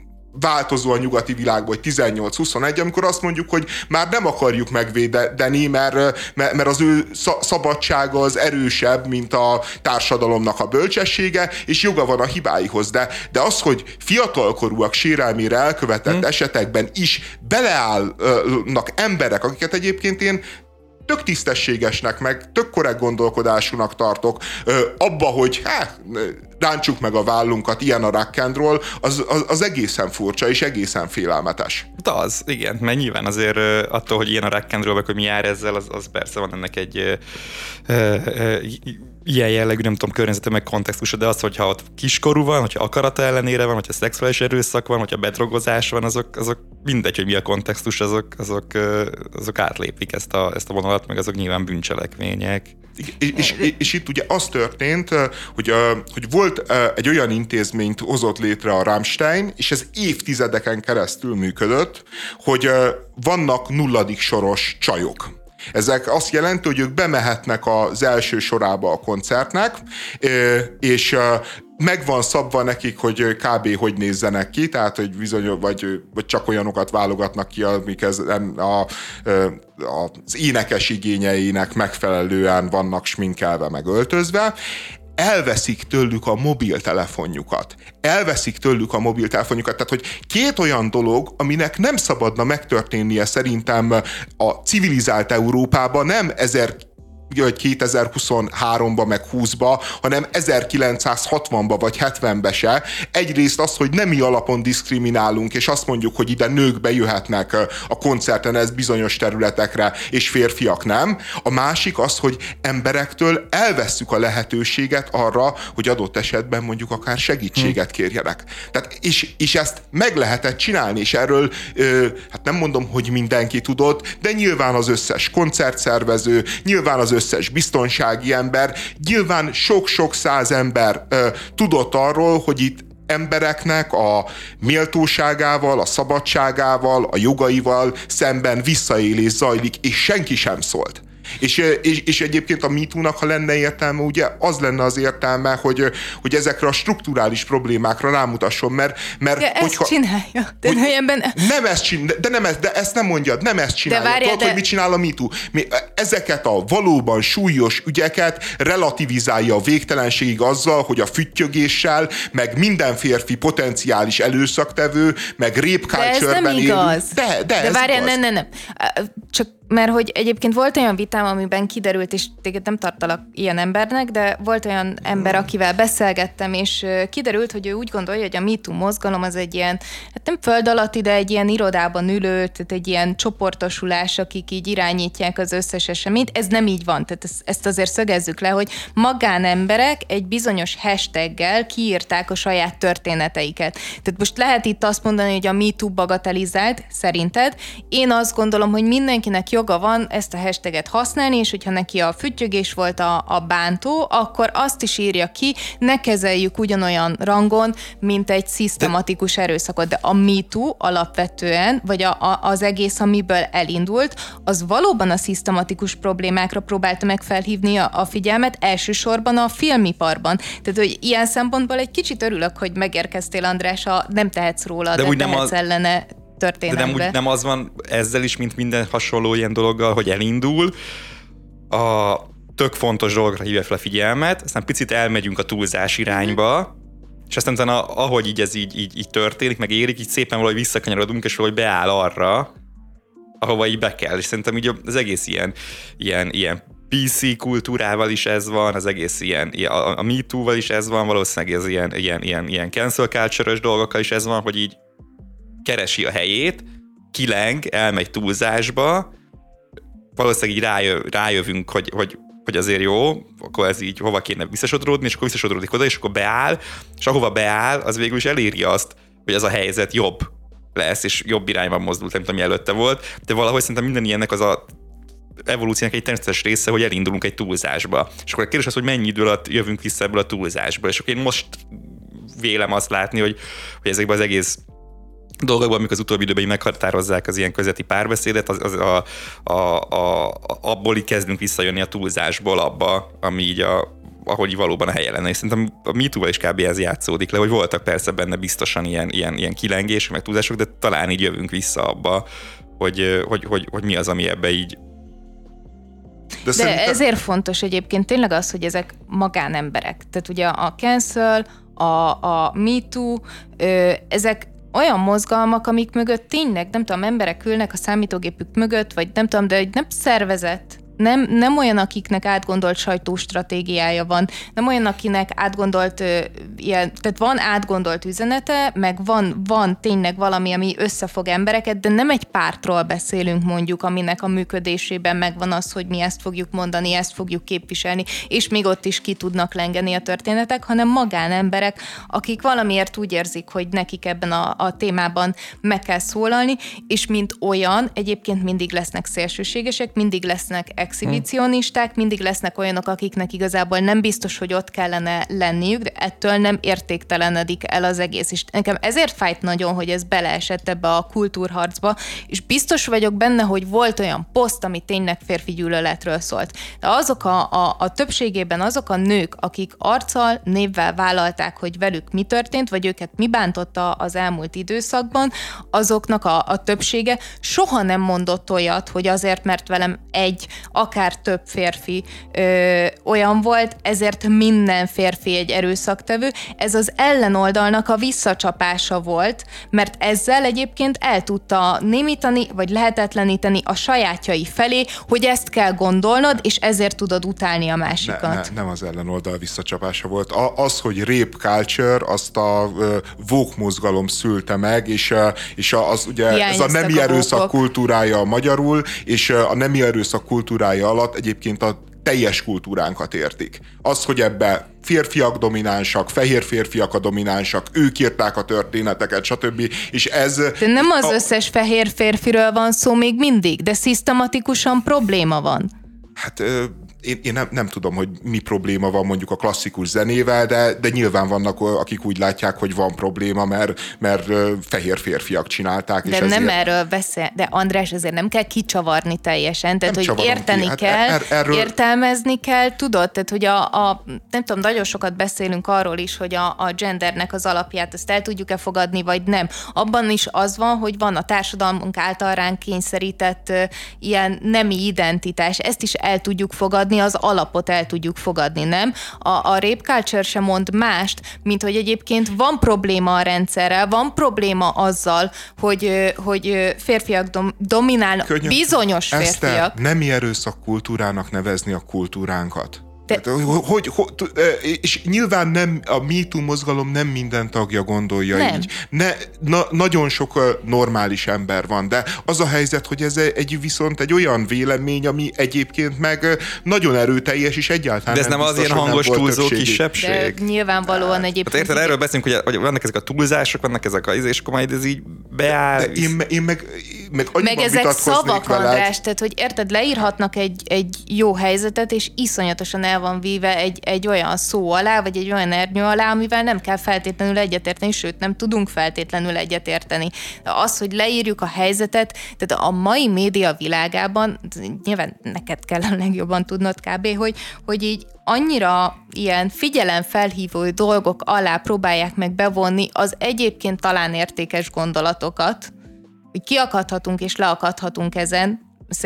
változó a nyugati világban, hogy tizennyolc-huszonegy, amikor azt mondjuk, hogy már nem akarjuk megvédeni, mert, mert az ő szabadsága az erősebb, mint a társadalomnak a bölcsessége, és joga van a hibáihoz. De, de az, hogy fiatalkorúak sérelmére elkövetett hmm. esetekben is beleállnak emberek, akiket egyébként én tök tisztességesnek, meg tök korrekt gondolkodásúnak tartok, ö, abba, hogy hát, rántsuk meg a vállunkat, ilyen a rock and roll, az, az, az egészen furcsa és egészen félelmetes. De az, igen, mert nyilván azért attól, hogy ilyen a rock and roll, meg hogy mi jár ezzel, az, az persze van ennek egy ö, ö, ö, ilyen jellegű, nem tudom, környezete meg kontextusa, de az, hogyha ott kiskorú van, hogyha akarata ellenére van, hogyha szexuális erőszak van, hogyha bedrogozás van, azok, azok mindegy, hogy mi a kontextus, azok, azok, azok átlépik ezt a, ezt a vonalat, meg azok nyilván bűncselekmények. És, és, és itt ugye az történt, hogy, hogy volt egy olyan intézményt hozott létre a Rammstein, és ez évtizedeken keresztül működött, hogy vannak nulladik soros csajok. Ezek azt jelenti, hogy ők bemehetnek az első sorába a koncertnek, és meg van szabva nekik, hogy kb. Hogy nézzenek ki, tehát hogy bizony, vagy, vagy csak olyanokat válogatnak ki, amik ez, a, a, az énekes igényeinek megfelelően vannak sminkelve, meg öltözve. Elveszik tőlük a mobiltelefonjukat. Elveszik tőlük a mobiltelefonjukat. Tehát, hogy két olyan dolog, aminek nem szabadna megtörténnie szerintem a civilizált Európában, nem ezer vagy kétezer-huszonháromba meg húszba, hanem ezerkilencszázhatvanba vagy hetvenbe se. Egyrészt az, hogy nemi alapon diszkriminálunk, és azt mondjuk, hogy ide nők bejöhetnek a koncerten, ez bizonyos területekre, és férfiak nem. A másik az, hogy emberektől elvesszük a lehetőséget arra, hogy adott esetben mondjuk akár segítséget kérjenek. Tehát, és, és ezt meg lehetett csinálni, és erről ö, hát nem mondom, hogy mindenki tudott, de nyilván az összes koncertszervező, nyilván az összes biztonsági ember, nyilván sok-sok száz ember ö, tudott arról, hogy itt embereknek a méltóságával, a szabadságával, a jogaival szemben visszaélés zajlik, és senki sem szólt. És, és, és egyébként a MeToo-nak, ha lenne értelme, ugye az lenne az értelme, hogy, hogy ezekre a strukturális problémákra rámutasson, mert... mert ja, hogyha, ezt csinálja. De, hogy helyenben... nem ezt csinálja, de, nem ezt, de ezt nem mondjad, nem ezt csinálja. Várjál, Tudod, de... hogy mit csinál a MeToo? Ezeket a valóban súlyos ügyeket relativizálja a végtelenségig azzal, hogy a füttyögéssel, meg minden férfi potenciális előszaktevő, meg rape culture-ben élő. De ez nem igaz. De, de, de ez várjál, igaz. nem, nem, nem. Csak mert hogy egyébként volt olyan vitám, amiben kiderült, és téged nem tartalak ilyen embernek, de volt olyan ember, akivel beszélgettem, és kiderült, hogy ő úgy gondolja, hogy a MeToo mozgalom az egy ilyen, hát nem föld alatti, de egy ilyen irodában ülő, tehát egy ilyen csoportosulás, akik így irányítják az összes eseményt. Ez nem így van, tehát ezt azért szögezzük le, hogy magánemberek egy bizonyos hashtaggel kiírták a saját történeteiket. Tehát most lehet itt azt mondani, hogy a MeToo bagatelizált, szerinted. Én azt gondolom, hogy mindenkinek joga van ezt a hashtaget használni, és hogyha neki a füttyögés volt a, a bántó, akkor azt is írja ki, ne kezeljük ugyanolyan rangon, mint egy szisztematikus erőszakot. De a MeToo alapvetően, vagy a, a, az egész, amiből elindult, az valóban a szisztematikus problémákra próbálta meg felhívni a, a figyelmet, elsősorban a filmiparban. Tehát, hogy ilyen szempontból egy kicsit örülök, hogy megérkeztél, András, a nem tehetsz róla, de, de tehetsz az... ellene történetbe. De nem, úgy, nem az van ezzel is, mint minden hasonló ilyen dologgal, hogy elindul, a tök fontos dolgokra hívja fel a figyelmet, aztán picit elmegyünk a túlzás irányba, és aztán utána, ahogy így ez így, így, így történik, meg érik, így szépen valahogy visszakanyarodunk, és valahogy beáll arra, ahova így be kell. És szerintem így az egész ilyen, ilyen, ilyen pé cé kultúrával is ez van, az egész ilyen, a, a MeToo-val is ez van, valószínűleg ez ilyen, ilyen, ilyen, ilyen cancel culture-ös dolgokkal is ez van, hogy így keresi a helyét, kileng, elmegy túlzásba, valószínűleg így rájö, rájövünk, hogy, hogy, hogy azért jó, akkor ez így hova kéne visszasodródni, és akkor visszasodródik oda, és akkor beáll, és ahova beáll, az végül is eléri azt, hogy az a helyzet jobb lesz, és jobb irányban mozdult, nem tudom, ami előtte volt, de valahogy szerintem minden ilyennek az a evolúciónak egy természetes része, hogy elindulunk egy túlzásba. És akkor a kérdés az, hogy mennyi idő alatt jövünk vissza ebből a túlzásból. És akkor én most vélem azt látni, hogy, hogy ezekben az egész dolgokban, amik az utóbbi időben meghatározzák az ilyen közötti párbeszédet, az, az a, a, a, abból így kezdünk visszajönni a túlzásból abba, ami így a, ahogy valóban a helye lenne. És szerintem a MeToo-val is kb. Ez játszódik le, hogy voltak persze benne biztosan ilyen, ilyen, ilyen kilengések, meg túlzások, de talán így jövünk vissza abba, hogy, hogy, hogy, hogy mi az, ami ebbe így. De, De szerintem... ezért fontos egyébként tényleg az, hogy ezek magánemberek. Tehát ugye a cancel, a, a MeToo, ö, ezek olyan mozgalmak, amik mögött tényleg, nem tudom, emberek ülnek a számítógépük mögött, vagy nem tudom, de nem szervezet. Nem, nem olyan, akiknek átgondolt sajtóstratégiája van, nem olyan, akinek átgondolt, uh, ilyen, tehát van átgondolt üzenete, meg van, van tényleg valami, ami összefog embereket, de nem egy pártról beszélünk mondjuk, aminek a működésében megvan az, hogy mi ezt fogjuk mondani, ezt fogjuk képviselni, és még ott is ki tudnak lengeni a történetek, hanem magánemberek, akik valamiért úgy érzik, hogy nekik ebben a, a témában meg kell szólalni, és mint olyan, egyébként mindig lesznek szélsőségesek, mindig lesznek exhibicionisták, mindig lesznek olyanok, akiknek igazából nem biztos, hogy ott kellene lenniük, de ettől nem értéktelenedik el az egész. És nekem ezért fájt nagyon, hogy ez beleesett ebbe a kultúrharcba, és biztos vagyok benne, hogy volt olyan poszt, ami tényleg férfi gyűlöletről szólt. De azok a, a, a többségében azok a nők, akik arccal, névvel vállalták, hogy velük mi történt, vagy őket mi bántotta az elmúlt időszakban, azoknak a, a többsége soha nem mondott olyat, hogy azért, mert velem egy akár több férfi ö, olyan volt, ezért minden férfi egy erőszaktevő. Ez az ellenoldalnak a visszacsapása volt, mert ezzel egyébként el tudta némítani, vagy lehetetleníteni a sajátjai felé, hogy ezt kell gondolnod, és ezért tudod utálni a másikat. Ne, ne, nem az ellenoldal visszacsapása volt. A, az, hogy rape culture, azt a uh, woke mozgalom szülte meg, és, uh, és az ugye ez a nemi erőszak kultúrája magyarul, és uh, a nemi erőszak kultúrája alatt egyébként a teljes kultúránkat értik. Az, hogy ebbe férfiak dominánsak, fehér férfiak a dominánsak, ők írták a történeteket, stb. És ez... De nem az a... összes fehér férfiről van szó még mindig, de szisztematikusan probléma van. Hát... Ö... Én, én nem, nem tudom, hogy mi probléma van mondjuk a klasszikus zenével, de, de nyilván vannak, akik úgy látják, hogy van probléma, mert, mert fehér férfiak csinálták. De és nem ezért... erről beszél, de András, azért nem kell kicsavarni teljesen, tehát nem hogy érteni ki. kell, hát er, erről... értelmezni kell, tudod? Tehát, hogy a, a, nem tudom, nagyon sokat beszélünk arról is, hogy a, a gendernek az alapját, azt el tudjuk-e fogadni, vagy nem. Abban is az van, hogy van a társadalmunk által ránk kényszerített uh, ilyen nemi identitás, ezt is el tudjuk fogadni, mi az alapot el tudjuk fogadni, nem? A, a rape culture sem mond mást, mint hogy egyébként van probléma a rendszerrel, van probléma azzal, hogy, hogy férfiak dom, dominálnak, Könnyen. bizonyos férfiak. Eszter, nem erőszak kultúrának nevezni a kultúránkat. De... Hogy, hogy, és nyilván nem, a MeToo mozgalom nem minden tagja gondolja nem. így. Ne, na, nagyon sok normális ember van, de az a helyzet, hogy ez egy viszont egy olyan vélemény, ami egyébként meg nagyon erőteljes, és egyáltalán de ez nem, nem az ilyen hangos túlzó kisebbség? De nyilvánvalóan egyébként. Hát érted, erről beszélünk, hogy, hogy vannak ezek a túlzások, vannak ezek a izé, és akkor majd ez így beáll. De én, én meg, meg, meg ezek szavak, András, tehát hogy érted, leírhatnak egy, egy jó helyzetet, és iszonyatosan el van víve egy, egy olyan szó alá, vagy egy olyan ernyő alá, amivel nem kell feltétlenül egyetérteni, sőt, nem tudunk feltétlenül egyetérteni. De az, hogy leírjuk a helyzetet, tehát a mai média világában, nyilván neked kell a legjobban tudnod kb., hogy, hogy így annyira ilyen figyelemfelhívó dolgok alá próbálják meg bevonni az egyébként talán értékes gondolatokat, hogy kiakadhatunk és leakadhatunk ezen,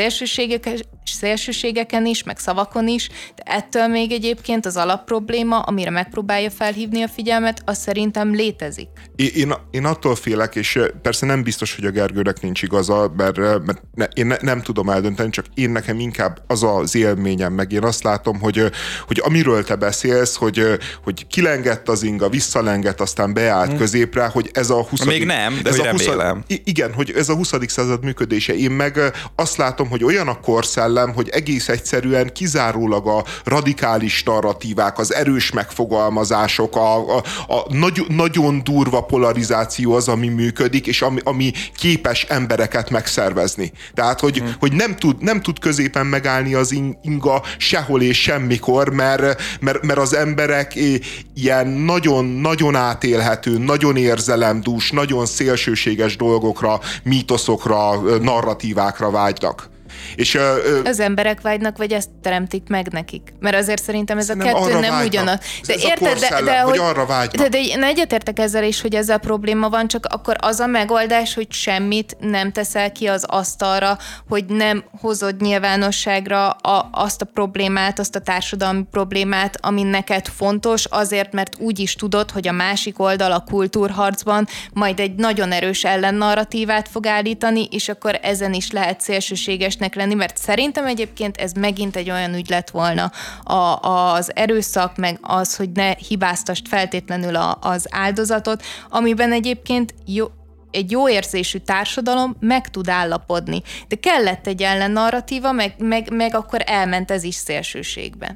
szélsőségeken is, meg szavakon is, de ettől még egyébként az alapprobléma, amire megpróbálja felhívni a figyelmet, az szerintem létezik. Én, én attól félek, és persze nem biztos, hogy a Gergőnek nincs igaza, mert, mert ne, én ne, nem tudom eldönteni, csak én nekem inkább az az élményem, meg én azt látom, hogy, hogy amiről te beszélsz, hogy, hogy kilengett az inga, visszalengett, aztán beállt hmm. középre, hogy ez a huszadik Még nem, de ez hogy a remélem. Igen, hogy ez a huszadik század működése. Én meg azt látom, hogy olyan a korszellem, hogy egész egyszerűen kizárólag a radikális narratívák, az erős megfogalmazások, a, a, a nagy, nagyon durva polarizáció az, ami működik, és ami, ami képes embereket megszervezni. Tehát, hogy, hmm. hogy nem, tud, nem tud középen megállni az inga sehol és semmikor, mert, mert, mert az emberek ilyen nagyon-nagyon átélhető, nagyon érzelemdús, nagyon szélsőséges dolgokra, mítoszokra, narratívákra vágynak. És, ö, az emberek vágynak, vagy ezt teremtik meg nekik? Mert azért szerintem ez a kettő nem vágynak. ugyanaz. De ez érted, de, de hogy arra vágynak. De, de én egyetértek ezzel is, hogy ezzel probléma van, csak akkor az a megoldás, hogy semmit nem teszel ki az asztalra, hogy nem hozod nyilvánosságra a, azt a problémát, azt a társadalmi problémát, ami neked fontos, azért, mert úgy is tudod, hogy a másik oldal a kultúrharcban majd egy nagyon erős ellennarratívát fog állítani, és akkor ezen is lehet szélsőségesnek lenni, mert szerintem egyébként ez megint egy olyan ügy lett volna a, az erőszak, meg az, hogy ne hibáztast feltétlenül a, az áldozatot, amiben egyébként jó, egy jó érzésű társadalom meg tud állapodni. De kellett egy ellennarratíva, meg, meg, meg akkor elment ez is szélsőségbe.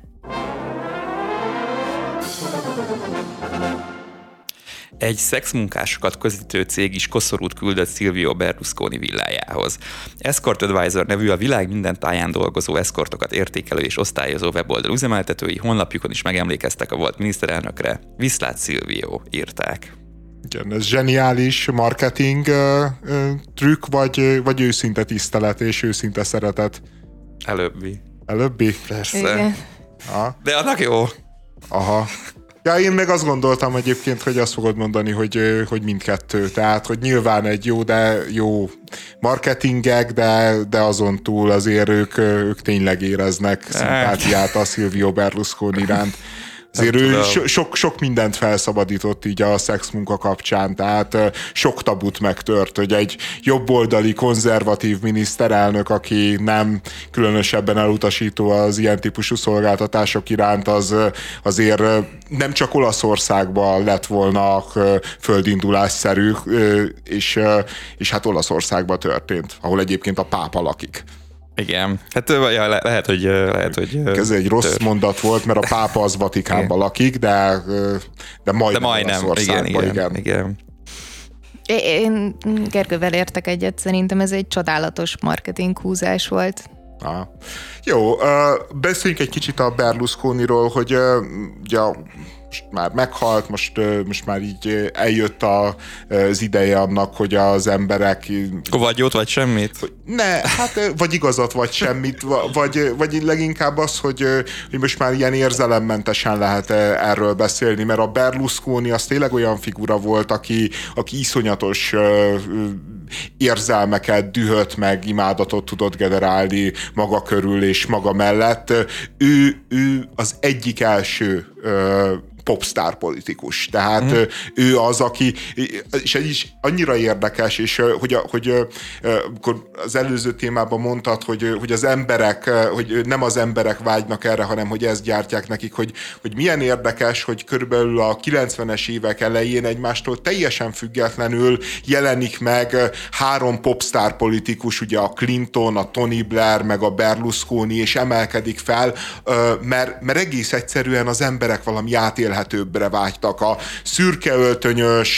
Egy szexmunkásokat közvetítő cég is koszorút küldött Silvio Berlusconi villájához. Escort Advisor nevű a világ minden táján dolgozó eszkortokat értékelő és osztályozó weboldal üzemeltetői honlapjukon is megemlékeztek a volt miniszterelnökre. Viszlát Silvio, írták. Igen, ez zseniális marketing uh, uh, trükk, vagy, vagy őszinte tisztelet és őszinte szeretet? Előbbi. Előbbi? Persze. Igen. Aha. De annak jó. Aha. Ja, én meg azt gondoltam egyébként, hogy azt fogod mondani, hogy, hogy mindkettő. Tehát, hogy nyilván egy jó, de jó marketingek, de, de azon túl azért ők, ők tényleg éreznek szimpátiát a Silvio Berlusconi iránt. Azért ő sok, sok mindent felszabadított így a szexmunka kapcsán, tehát sok tabut megtört, hogy egy jobboldali, konzervatív miniszterelnök, aki nem különösebben elutasító az ilyen típusú szolgáltatások iránt, az azért nem csak Olaszországban lett volna földindulásszerű, és, és hát Olaszországban történt, ahol egyébként a pápa lakik. Igen, hát ja, le, lehet, hogy... Lehet, hogy ez egy rossz tör. mondat volt, mert a pápa az Vatikánban lakik, de, de majdnem, de majdnem Olaszországban, igen, igen, igen. Én Gergővel értek egyet, szerintem ez egy csodálatos marketing húzás volt. Ah. Jó, beszéljünk egy kicsit a Berlusconiról, hogy ugye most már meghalt, most, most már így eljött a, az ideje annak, hogy az emberek... Vagy jót, vagy semmit? Ne, hát vagy igazat, vagy semmit, vagy, vagy leginkább az, hogy, hogy most már ilyen érzelemmentesen lehet erről beszélni, mert a Berlusconi az tényleg olyan figura volt, aki, aki iszonyatos érzelmeket, dühöt, meg imádatot tudott generálni maga körül és maga mellett. Ő, ő az egyik első ö, popstar politikus. Tehát mm. ő az, aki, és ez is annyira érdekes, és hogy, a, hogy akkor az előző témában mondtad, hogy, hogy az emberek, hogy nem az emberek vágynak erre, hanem hogy ezt gyártják nekik, hogy, hogy milyen érdekes, hogy körülbelül a kilencvenes évek elején egymástól teljesen függetlenül jelenik meg három popstar politikus, ugye a Clinton, a Tony Blair, meg a Berlusconi, és emelkedik fel, mert, mert egész egyszerűen az emberek valami átélhetőbbre vágytak. A szürkeöltönyös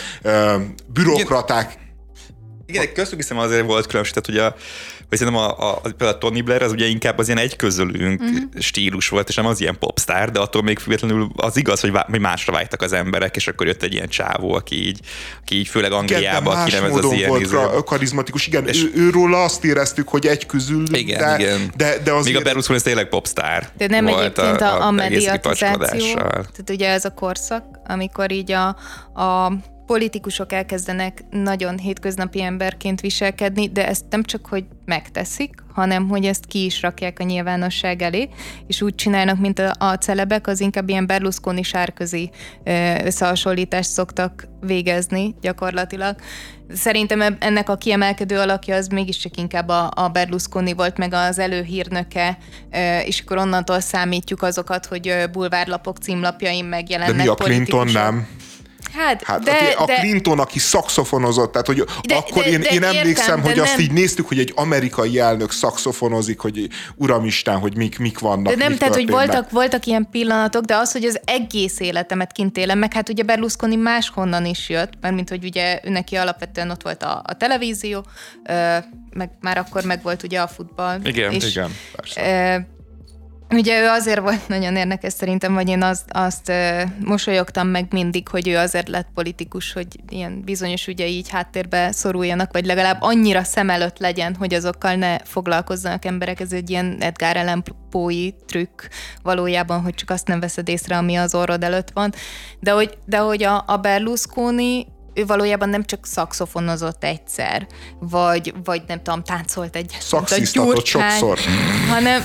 bürokraták. Igen, igen, köztük hiszem azért volt különbség, tehát ugye a vagy szerintem a, a, a, a Tony Blair az ugye inkább az ilyen egyközölünk uh-huh. stílus volt, és nem az ilyen popstar, de attól még függetlenül az igaz, hogy, vá- hogy másra vágytak az emberek, és akkor jött egy ilyen csávó, aki így, aki így főleg Angliában, aki nem ez az ilyen... volt izé... karizmatikus, igen, és... ő, őróla azt éreztük, hogy egyközülünk, igen, de, igen. de, de azért... Míg a Berlusconi tényleg popstar. De nem volt egyébként a, a, a mediatizáció. Tehát ugye ez a korszak, amikor így a, a politikusok elkezdenek nagyon hétköznapi emberként viselkedni, de ezt nem csak, hogy megteszik, hanem, hogy ezt ki is rakják a nyilvánosság elé, és úgy csinálnak, mint a, a celebek, az inkább ilyen Berlusconi sárközi összehasonlítást szoktak végezni gyakorlatilag. Szerintem ennek a kiemelkedő alakja az mégiscsak inkább a, a Berlusconi volt, meg az előhírnöke, és akkor onnantól számítjuk azokat, hogy bulvárlapok címlapjain megjelennek. De mi a Clinton nem? Hát, hát de, a de, Clinton, aki szaxofonozott, tehát hogy de, akkor de, én, de, én emlékszem, értem, hogy azt nem. így néztük, hogy egy amerikai elnök szaxofonozik, hogy uramisten, hogy mik, mik vannak. De nem, mik tehát, hogy voltak, voltak, voltak ilyen pillanatok, de az, hogy az egész életemet kint élem, meg hát ugye Berlusconi máshonnan is jött, mert mint hogy ugye neki alapvetően ott volt a, a televízió, meg már akkor meg volt ugye a futball. Igen, és, igen, persze. Ugye ő azért volt nagyon érdekes szerintem, vagy én azt, azt uh, mosolyogtam meg mindig, hogy ő azért lett politikus, hogy ilyen bizonyos ügyei így háttérbe szoruljanak, vagy legalább annyira szem előtt legyen, hogy azokkal ne foglalkozzanak emberek. Ez egy ilyen Edgar Allan Poe-i trükk valójában, hogy csak azt nem veszed észre, ami az orrod előtt van. De hogy, de hogy a, a Berlusconi ő valójában nem csak szaxofonozott egyszer, vagy, vagy nem tudom, táncolt egy szaxisztatott sokszor. Hanem...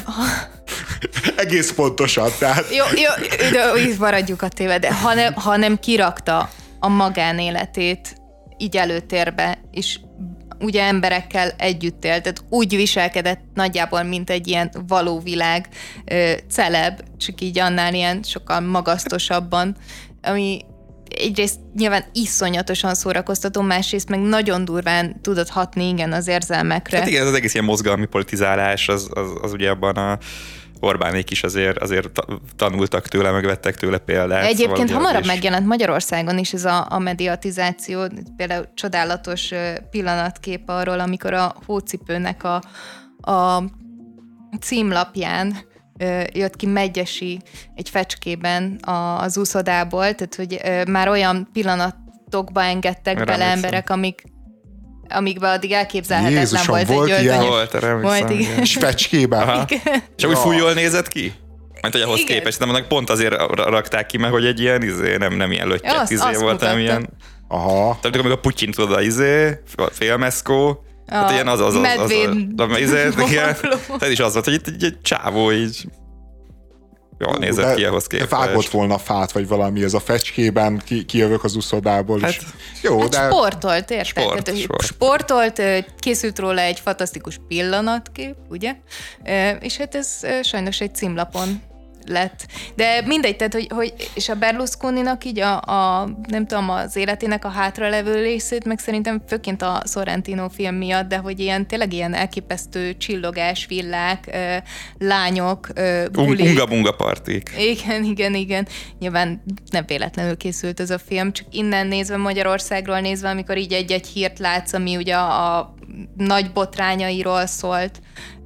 Egész pontosan, tehát... Jó, jó, de így maradjuk a téve, de hanem, hanem kirakta a magánéletét így előtérbe, és ugye emberekkel együtt élt, tehát úgy viselkedett nagyjából, mint egy ilyen való világ ö, celeb, csak így annál ilyen sokkal magasztosabban, ami egyrészt nyilván iszonyatosan szórakoztató, másrészt meg nagyon durván tudott hatni, igen, az érzelmekre. Hát igen, ez az egész ilyen mozgalmi politizálás, az, az, az ugye abban a Orbánék is azért, azért tanultak tőle, megvettek tőle példát. Egyébként szóval hamarabb is. megjelent Magyarországon is ez a, a mediatizáció, például csodálatos pillanatkép arról, amikor a hócipőnek a, a címlapján jött ki Medgyessy egy fecskében az úszodából, tehát hogy már olyan pillanatokba engedtek Remélszem. bele emberek, amik amikben addig elképzelhetetlen Jézusom, volt, volt egy ilyen? Volt, volt, igen. És fecskében? Csak úgy fúj jól nézett ki? Mert hogy ahhoz igen. képest, nem, pont azért rakták ki meg, hogy egy ilyen izé, nem, nem ilyen löttyek ja, izé volt, nem ilyen... Aha. Tehát amikor a Putyin tudod, a izé, a félmeszkó, hát ilyen az az az, az, az, az, az izé, tehát is az volt, hogy itt egy, egy csávó így jól nézett de, ki ahhoz képest. De vágott volna fát, vagy valami, ez a fecskében ki, kijövök az úszodából hát, is. Jó, hát de... sportolt, érted? Sport, hát, sport. Sportolt, készült róla egy fantasztikus pillanatkép, ugye? És hát ez sajnos egy címlapon lett. De mindegy, tehát, hogy, hogy és a Berlusconinak így a, a, nem tudom, az életének a hátralevő részét, meg szerintem főként a Sorrentino film miatt, de hogy ilyen, tényleg ilyen elképesztő csillogás, villák, lányok, bulik. Unga-bunga partik. Igen, igen, igen. Nyilván nem véletlenül készült ez a film, csak innen nézve, Magyarországról nézve, amikor így egy-egy hírt látsz, ami ugye a, a nagy botrányairól szólt,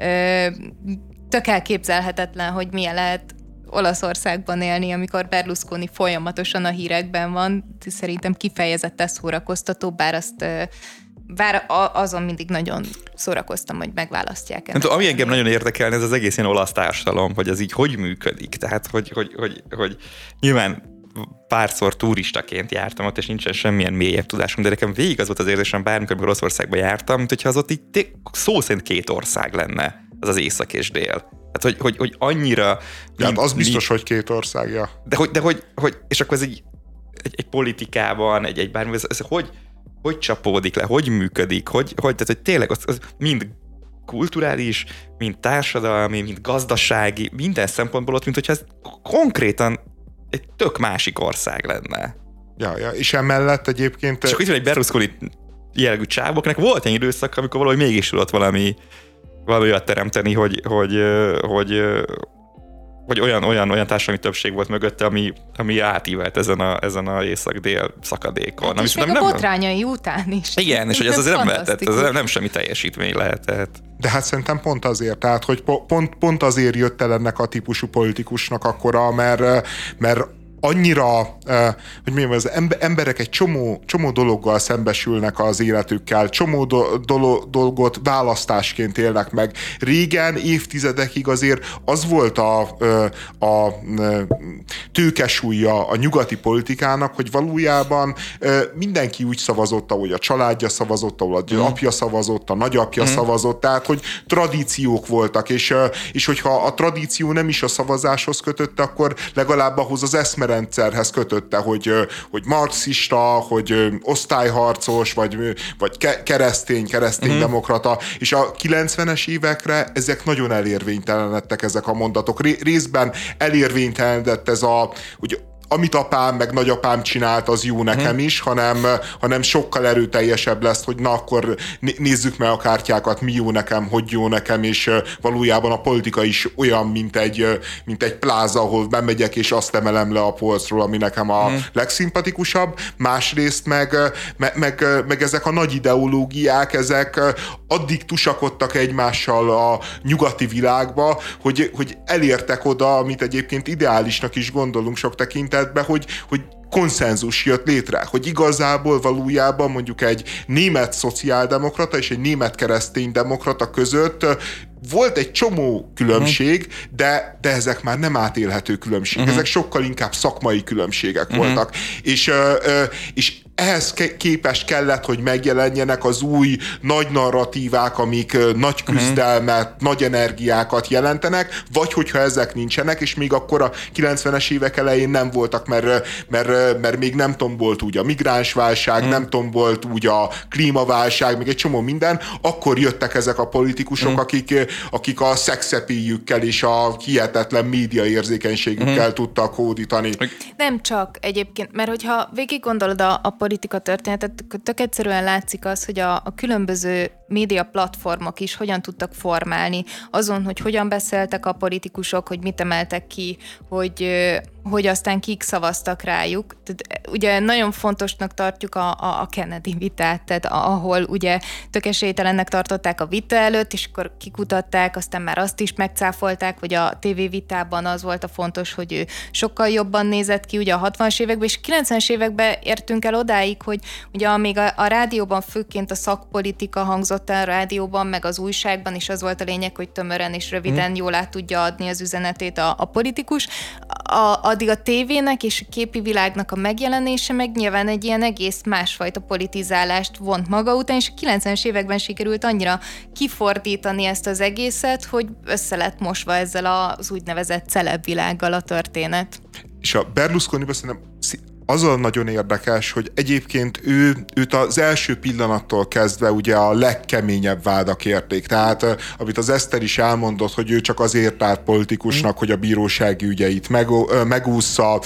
tök elképzelhetetlen, hogy milyen lehet Olaszországban élni, amikor Berlusconi folyamatosan a hírekben van. Szerintem kifejezetten szórakoztató, bár azt bár azon mindig nagyon szórakoztam, hogy megválasztják. Nem tudom, ami engem nagyon érdekelne, ez az egész ilyen olasz társadalom, hogy ez így hogy működik. Tehát, hogy, hogy, hogy, hogy nyilván párszor turistaként jártam ott, és nincsen semmilyen mélyebb tudásom, de nekem végig az volt az érzésem, bármikor Oroszországba jártam, mint hogyha az ott így szó szerint két ország lenne, az az észak és dél. Tehát, hogy, hogy, hogy annyira... Ja, mint, az biztos, mi, hogy két országja. De hogy, de hogy, hogy és akkor ez egy, egy, egy politikában, egy, egy bármi, ez, ez hogy, hogy csapódik le, hogy működik, hogy, hogy, tehát, hogy tényleg az, az mind kulturális, mind társadalmi, mind gazdasági, minden szempontból ott, mint hogyha ez konkrétan egy tök másik ország lenne. Ja, ja, és emellett egyébként... És akkor itt van egy Berlusconi jellegű csávoknak volt egy időszak, amikor valahogy mégis tudott valami, valami olyat teremteni, hogy, hogy, hogy, hogy olyan, olyan, olyan társadalmi többség volt mögötte, ami, ami átívelt ezen a, ezen a észak-dél szakadékon. Hát és még a botrányai után is. Igen, és hogy ez azért nem lehetett, ez nem semmi teljesítmény lehetett. De hát szerintem pont azért, tehát hogy pont, pont azért jött el ennek a típusú politikusnak akkora, mert, mert annyira, hogy mondjam, az emberek egy csomó, csomó dologgal szembesülnek az életükkel, csomó do, do, dolgot választásként élnek meg. Régen, évtizedekig azért az volt a, a, a tőkesúlya a nyugati politikának, hogy valójában mindenki úgy szavazott, ahogy a családja szavazott, ahogy a mm. apja szavazott, a nagyapja mm. szavazott, tehát hogy tradíciók voltak, és, és hogyha a tradíció nem is a szavazáshoz kötötte, akkor legalább ahhoz az eszmerendszerhez kötötte, hogy, hogy marxista, hogy osztályharcos, vagy, vagy keresztény, kereszténydemokrata, uh-huh. és a kilencvenes évekre ezek nagyon elérvénytelenedtek ezek a mondatok. Részben elérvénytelenedett ez a, hogy amit apám meg nagyapám csinált, az jó nekem hmm. is, hanem, hanem sokkal erőteljesebb lesz, hogy na akkor nézzük meg a kártyákat, mi jó nekem, hogy jó nekem, és valójában a politika is olyan, mint egy, mint egy pláza, ahol bemegyek, és azt emelem le a polcról, ami nekem a hmm. legszimpatikusabb. Másrészt meg, meg, meg, meg ezek a nagy ideológiák, ezek addig tusakodtak egymással a nyugati világba, hogy, hogy elértek oda, amit egyébként ideálisnak is gondolunk sok tekintetben, hogy, hogy konszenzus jött létre, hogy igazából valójában mondjuk egy német szociáldemokrata és egy német kereszténydemokrata között volt egy csomó különbség, de, de ezek már nem átélhető különbségek. Uh-huh. Ezek sokkal inkább szakmai különbségek uh-huh. voltak. És, és ehhez képest kellett, hogy megjelenjenek az új nagy narratívák, amik nagy küzdelmet, uh-huh. nagy energiákat jelentenek, vagy hogyha ezek nincsenek, és még akkor a kilencvenes évek elején nem voltak, mert, mert, mert még nem tombolt úgy a migránsválság, uh-huh. nem tombolt úgy a klímaválság, még egy csomó minden, akkor jöttek ezek a politikusok, uh-huh. akik akik a szexepéjükkel és a hihetetlen média érzékenységükkel mm. tudtak hódítani. Nem csak egyébként, mert hogyha végig gondolod a, a politika történetet, tök egyszerűen látszik az, hogy a, a különböző média platformok is hogyan tudtak formálni azon, hogy hogyan beszéltek a politikusok, hogy mit emeltek ki, hogy, hogy aztán kik szavaztak rájuk. Tehát, ugye nagyon fontosnak tartjuk a, a Kennedy vitát, tehát ahol ugye tök esélytelennek tartották a vita előtt, és akkor kikutatták, aztán már azt is megcáfolták, hogy a tévévitában az volt a fontos, hogy ő sokkal jobban nézett ki ugye a hatvanas években, és a kilencvenes években értünk el odáig, hogy ugye amíg a, a rádióban főként a szakpolitika hangzott el a rádióban, meg az újságban, és az volt a lényeg, hogy tömören és röviden hmm. jól át tudja adni az üzenetét a, a politikus. A, addig a tévének és a képi világnak a megjelenése meg nyilván egy ilyen egész másfajta politizálást vont maga után, és a kilencvenes években sikerült annyira kifordítani ezt az egészet, hogy össze lett mosva ezzel az úgynevezett celebvilággal a történet. És a Berlusconiban szerintem azon nagyon érdekes, hogy egyébként ő, őt az első pillanattól kezdve ugye a legkeményebb vádak érték. Tehát amit az Eszter is elmondott, hogy ő csak azért állt politikusnak, mm. hogy a bírósági ügyeit meg, megúszza,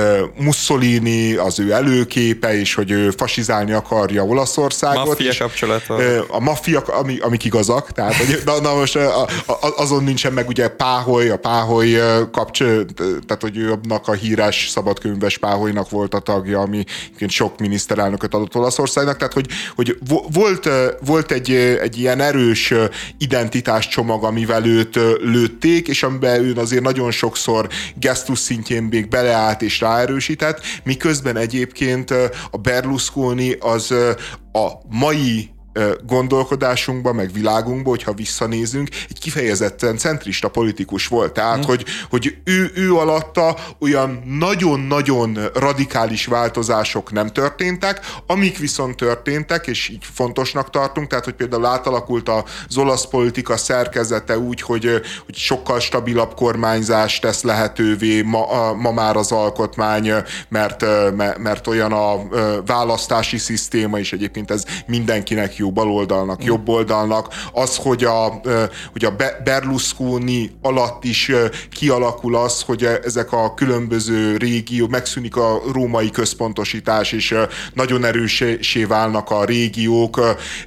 Mussolini az ő előképe, és hogy ő fasizálni akarja Olaszországot. Maffia kapcsolata. A maffia, ami, amik igazak, tehát na, na most azon nincsen meg ugye Páholy, a Páholy kapcsol, tehát hogy ő annak a híres szabadkönyves Páholynak volt a tagja, ami sok miniszterelnököt adott Olaszországnak, tehát hogy, hogy volt, volt egy, egy ilyen erős identitáscsomag, amivel őt lőtték, és amiben ő azért nagyon sokszor gesztus szintjén még beleállt és ráerősített, miközben egyébként a Berlusconi az a mai gondolkodásunkba, meg világunkba, hogyha visszanézünk, egy kifejezetten centrista politikus volt. Tehát, hmm. hogy, hogy ő, ő alatta olyan nagyon-nagyon radikális változások nem történtek, amik viszont történtek, és így fontosnak tartunk, tehát, hogy például átalakult az olasz politika szerkezete úgy, hogy, hogy sokkal stabilabb kormányzást tesz lehetővé ma, ma már az alkotmány, mert, mert olyan a választási szisztéma, és egyébként ez mindenkinek jó, baloldalnak, jobb oldalnak, az, hogy a, hogy a Berlusconi alatt is kialakul az, hogy ezek a különböző régió, megszűnik a római központosítás, és nagyon erősé válnak a régiók,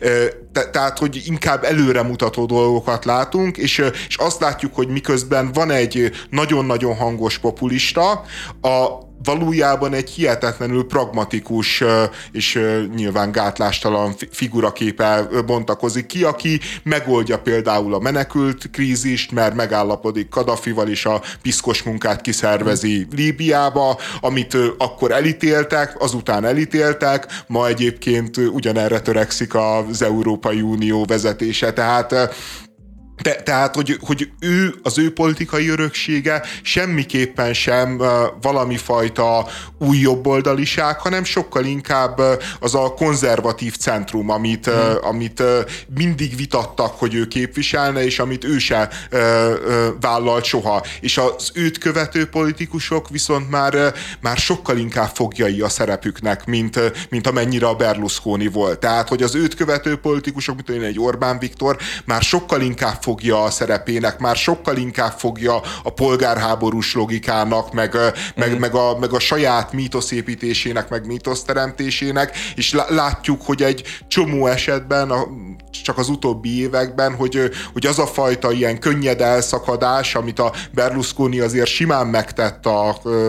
Te, tehát, hogy inkább előremutató dolgokat látunk, és, és azt látjuk, hogy miközben van egy nagyon-nagyon hangos populista, a valójában egy hihetetlenül pragmatikus és nyilván gátlástalan figuraképe bontakozik ki, aki megoldja például a menekült krízist, mert megállapodik Kadhafival, és a piszkos munkát kiszervezi Líbiába, amit akkor elítéltek, azután elítéltek, ma egyébként ugyanerre törekszik az Európai Unió vezetése. Tehát Te, tehát, hogy, hogy ő, az ő politikai öröksége semmiképpen sem uh, valami fajta új jobboldaliság, hanem sokkal inkább uh, az a konzervatív centrum, amit, hmm. uh, amit uh, mindig vitattak, hogy ő képviselne, és amit ő se uh, uh, vállalt soha. És az őt követő politikusok viszont már, uh, már sokkal inkább fogjai a szerepüknek, mint, uh, mint amennyire a Berlusconi volt. Tehát, hogy az őt követő politikusok, mint egy Orbán Viktor, már sokkal inkább fogja a szerepének, már sokkal inkább fogja a polgárháborús logikának, meg, mm. meg, meg, a, meg a saját mítoszépítésének, meg mítoszteremtésének, és látjuk, hogy egy csomó esetben, a, csak az utóbbi években, hogy, hogy az a fajta ilyen könnyed elszakadás, amit a Berlusconi azért simán megtett a,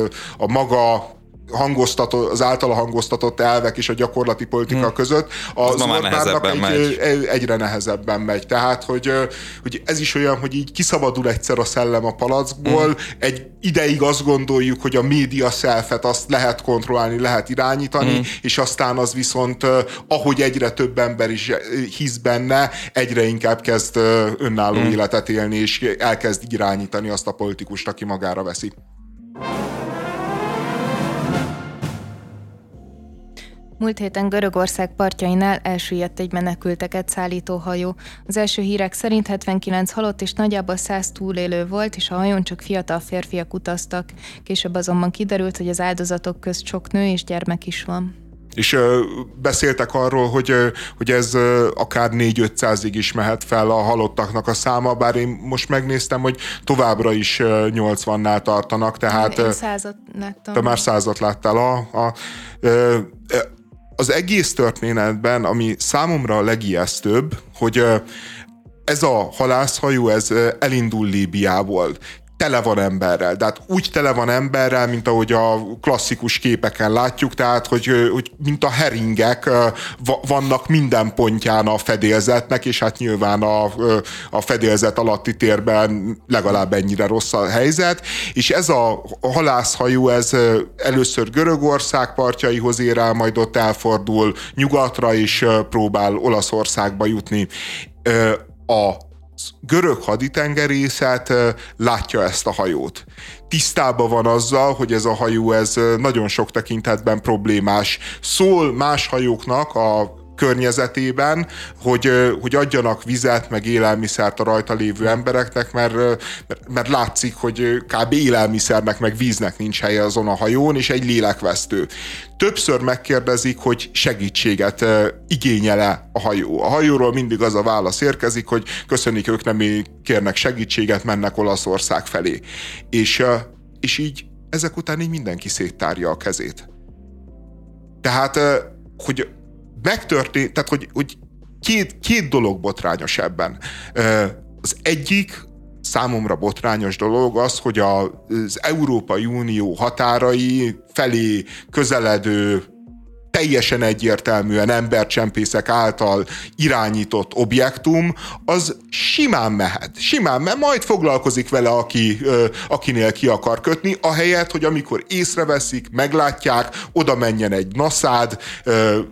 a maga hangoztatott, az általa hangoztatott elvek és a gyakorlati politika hmm. között, az Orbánnak egy, egyre nehezebben megy. Tehát, hogy, hogy ez is olyan, hogy így kiszabadul egyszer a szellem a palackból, hmm. egy ideig azt gondoljuk, hogy a média selfet azt lehet kontrollálni, lehet irányítani, hmm. és aztán az viszont, ahogy egyre több ember is hisz benne, egyre inkább kezd önálló hmm. életet élni, és elkezd irányítani azt a politikust, aki magára veszi. Múlt héten Görögország partjainál elsüllyedt egy menekülteket szállító hajó. Az első hírek szerint hetvenkilenc halott és nagyjából száz túlélő volt, és a hajón csak fiatal férfiak utaztak. Később azonban kiderült, hogy az áldozatok közt sok nő és gyermek is van. És ö, beszéltek arról, hogy, ö, hogy ez ö, akár négy-ötszázig is mehet fel a halottaknak a száma, bár én most megnéztem, hogy továbbra is ö, nyolcvannál tartanak, tehát... Én százat láttam. Te már százat láttál. A, a, ö, az egész történetben, ami számomra a legijesztőbb, hogy ö, ez a halászhajó, ez elindul Líbiából. Tele van emberrel, tehát úgy tele van emberrel, mint ahogy a klasszikus képeken látjuk, tehát, hogy, hogy mint a heringek vannak minden pontján a fedélzetnek, és hát nyilván a, a fedélzet alatti térben legalább ennyire rossz a helyzet, és ez a halászhajó, ez először Görögország partjaihoz ér el, majd ott elfordul nyugatra, és próbál Olaszországba jutni. A görög haditengerészet látja ezt a hajót. Tisztában van azzal, hogy ez a hajó ez nagyon sok tekintetben problémás. Szól más hajóknak a környezetében, hogy, hogy adjanak vizet, meg élelmiszert a rajta lévő embereknek, mert, mert, mert látszik, hogy kb. Élelmiszernek, meg víznek nincs helye azon a hajón, és egy lélekvesztő. Többször megkérdezik, hogy segítséget igényel-e a hajó. A hajóról mindig az a válasz érkezik, hogy köszönik, ők nem kérnek segítséget, mennek Olaszország felé. És, és így ezek után így mindenki széttárja a kezét. Tehát, hogy megtörtént, tehát hogy, hogy két, két dolog botrányos ebben. Az egyik számomra botrányos dolog az, hogy az Európai Unió határai felé közeledő, teljesen egyértelműen embercsempészek által irányított objektum, az simán mehet. Simán mehet, majd foglalkozik vele, aki, akinél ki akar kötni, ahelyett, hogy amikor észreveszik, meglátják, oda menjen egy naszád,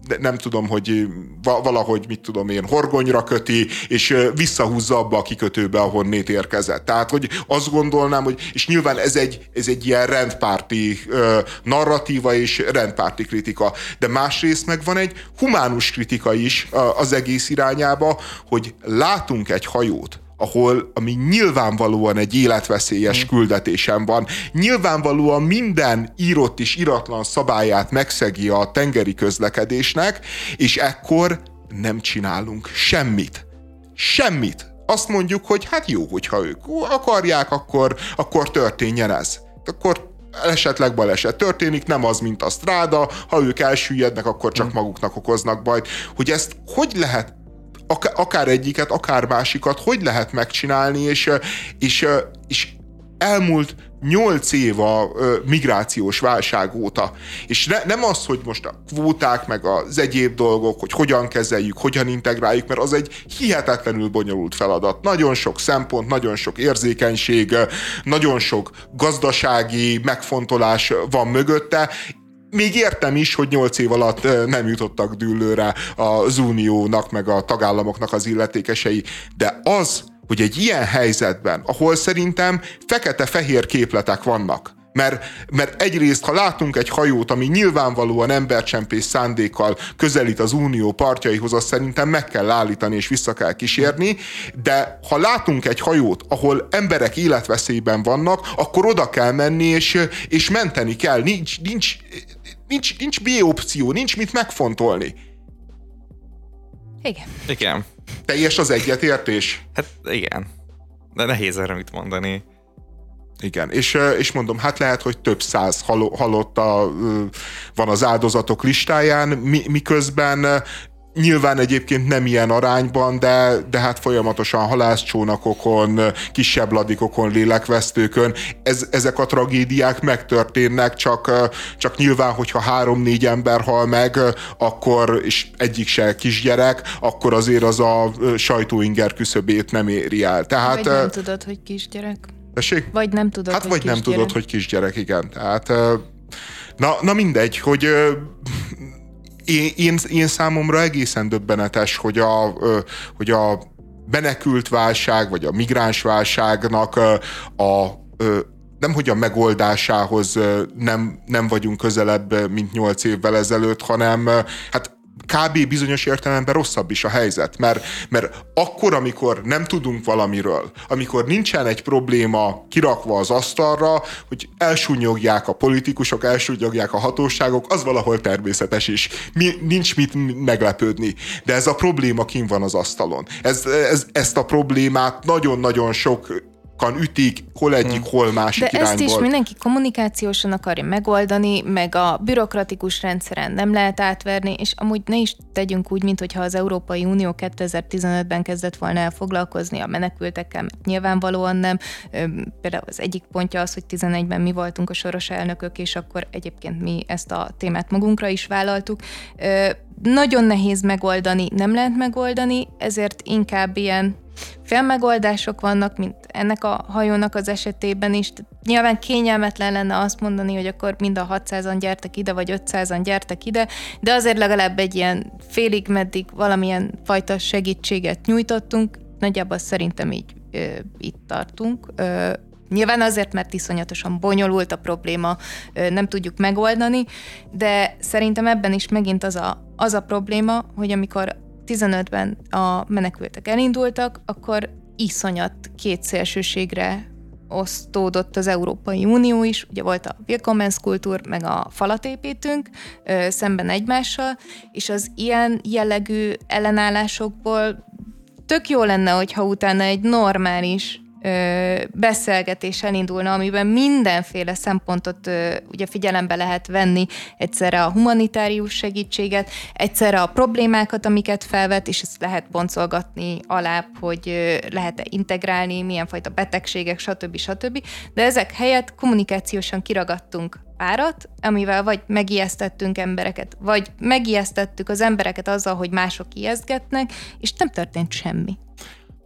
nem tudom, hogy valahogy, mit tudom én, horgonyra köti, és visszahúzza abba a kikötőbe, ahonnét érkezett. Tehát, hogy azt gondolnám, hogy, és nyilván ez egy, ez egy ilyen rendpárti narratíva és rendpárti kritika, de másrészt meg van egy humánus kritika is az egész irányába, hogy látunk egy hajót, ahol, ami nyilvánvalóan egy életveszélyes küldetésen van, nyilvánvalóan minden írott és iratlan szabályát megszegi a tengeri közlekedésnek, és ekkor nem csinálunk semmit. Semmit. Azt mondjuk, hogy hát jó, hogyha ők akarják, akkor, akkor történjen ez. Akkor esetleg baleset történik, nem az, mint a Stráda, ha ők elsüllyednek, akkor csak maguknak okoznak bajt. Hogy ezt hogy lehet akár egyiket, akár másikat, hogy lehet megcsinálni, és, és, és elmúlt nyolc év a migrációs válság óta. És ne, nem az, hogy most a kvóták, meg az egyéb dolgok, hogy hogyan kezeljük, hogyan integráljuk, mert az egy hihetetlenül bonyolult feladat. Nagyon sok szempont, nagyon sok érzékenység, nagyon sok gazdasági megfontolás van mögötte. Még értem is, hogy nyolc év alatt nem jutottak dűlőre az uniónak, meg a tagállamoknak az illetékesei, de az, hogy egy ilyen helyzetben, ahol szerintem fekete-fehér képletek vannak, mert, mert egyrészt, ha látunk egy hajót, ami nyilvánvalóan embercsempész szándékkal közelít az unió partjaihoz, azt szerintem meg kell állítani és vissza kell kísérni, de ha látunk egy hajót, ahol emberek életveszélyben vannak, akkor oda kell menni, és, és menteni kell. Nincs, nincs, nincs, nincs B-opció, nincs mit megfontolni. Igen. Igen. Teljes az egyetértés? Hát igen. De nehéz erre mit mondani. Igen, és, és mondom, hát lehet, hogy több száz halotta van az áldozatok listáján, miközben nyilván egyébként nem ilyen arányban, de, de hát folyamatosan halászcsónakokon, kisebb ladikokon, lélekvesztőkön ez, ezek a tragédiák megtörténnek, csak, csak nyilván, hogyha három-négy ember hal meg, akkor, és egyik se kisgyerek, akkor azért az a sajtóinger küszöbét nem éri el. Tehát, vagy nem tudod, hogy kisgyerek. Tessék? Vagy nem tudod, hát hogy vagy kisgyerek. nem tudod, hogy kisgyerek, igen. Tehát, na, na mindegy, hogy én, én, én számomra egészen döbbenetes, hogy a, hogy a menekült válság, vagy a migráns válságnak a, a nem hogy a megoldásához nem, nem vagyunk közelebb, mint nyolc évvel ezelőtt, hanem hát kb. Bizonyos értelemben rosszabb is a helyzet, mert, mert akkor, amikor nem tudunk valamiről, amikor nincsen egy probléma kirakva az asztalra, hogy elsúnyogják a politikusok, elsúnyogják a hatóságok, az valahol természetes is. Mi, nincs mit meglepődni. De ez a probléma kint van az asztalon. Ez, ez, ezt a problémát nagyon-nagyon sok ütik, hol egyik, hol másik De irányból. ezt is mindenki kommunikációsan akarja megoldani, meg a bürokratikus rendszeren nem lehet átverni, és amúgy ne is tegyünk úgy, mintha az Európai Unió kétezer-tizenötben kezdett volna el foglalkozni a menekültekkel, mert nyilvánvalóan nem. Például az egyik pontja az, hogy tizenegyben mi voltunk a soros elnökök, és akkor egyébként mi ezt a témát magunkra is vállaltuk. Nagyon nehéz megoldani, nem lehet megoldani, ezért inkább ilyen félmegoldások vannak, mint ennek a hajónak az esetében is. Nyilván kényelmetlen lenne azt mondani, hogy akkor mind a hatszázan gyertek ide, vagy ötszázan gyertek ide, de azért legalább egy ilyen félig meddig valamilyen fajta segítséget nyújtottunk. Nagyjából szerintem így ö, itt tartunk. Ö, Nyilván azért, mert iszonyatosan bonyolult a probléma, nem tudjuk megoldani, de szerintem ebben is megint az a, az a probléma, hogy amikor tizenötben a menekültek elindultak, akkor iszonyat kétszélsőségre osztódott az Európai Unió is. Ugye volt a Willkommenskultúr, meg a falat építünk szemben egymással, és az ilyen jellegű ellenállásokból tök jó lenne, hogyha utána egy normális Ö, beszélgetés elindulna, amiben mindenféle szempontot ö, ugye figyelembe lehet venni, egyszerre a humanitárius segítséget, egyszerre a problémákat, amiket felvet, és ezt lehet boncolgatni alább, hogy ö, lehet-e integrálni, milyen fajta betegségek, stb. stb. De ezek helyett kommunikációsan kiragadtunk párat, amivel vagy megijesztettünk embereket, vagy megijesztettük az embereket azzal, hogy mások ijesztgetnek, és nem történt semmi.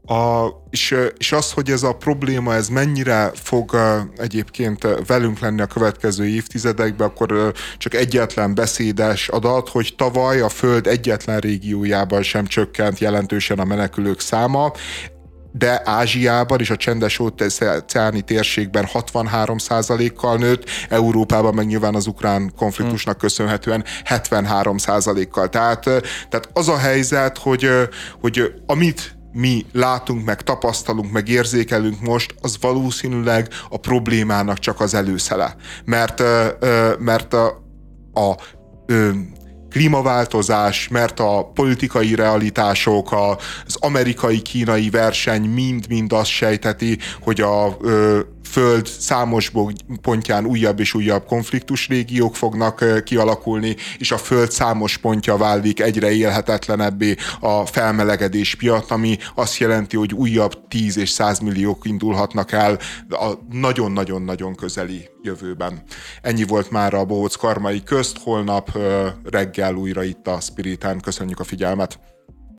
A, és, és az, hogy ez a probléma, ez mennyire fog egyébként velünk lenni a következő évtizedekben, akkor csak egyetlen beszédes adat, hogy tavaly a Föld egyetlen régiójában sem csökkent jelentősen a menekülők száma, de Ázsiában és a csendes-óceáni térségben hatvanhárom százalékkal nőtt, Európában meg nyilván az ukrán konfliktusnak köszönhetően hetvenhárom százalékkal. Tehát, tehát az a helyzet, hogy, hogy amit mi látunk, meg tapasztalunk, meg érzékelünk most, az valószínűleg a problémának csak az előszele. Mert, mert a, a, a klímaváltozás, mert a politikai realitások, az amerikai-kínai verseny mind-mind azt sejteti, hogy a Föld számos pontján újabb és újabb konfliktusrégiók fognak kialakulni, és a Föld számos pontja válik egyre élhetetlenebbé a felmelegedés miatt, ami azt jelenti, hogy újabb tíz és száz milliók indulhatnak el a nagyon-nagyon-nagyon közeli jövőben. Ennyi volt már a Bohóc Karmai Közt, holnap reggel újra itt a Spiritán. Köszönjük a figyelmet!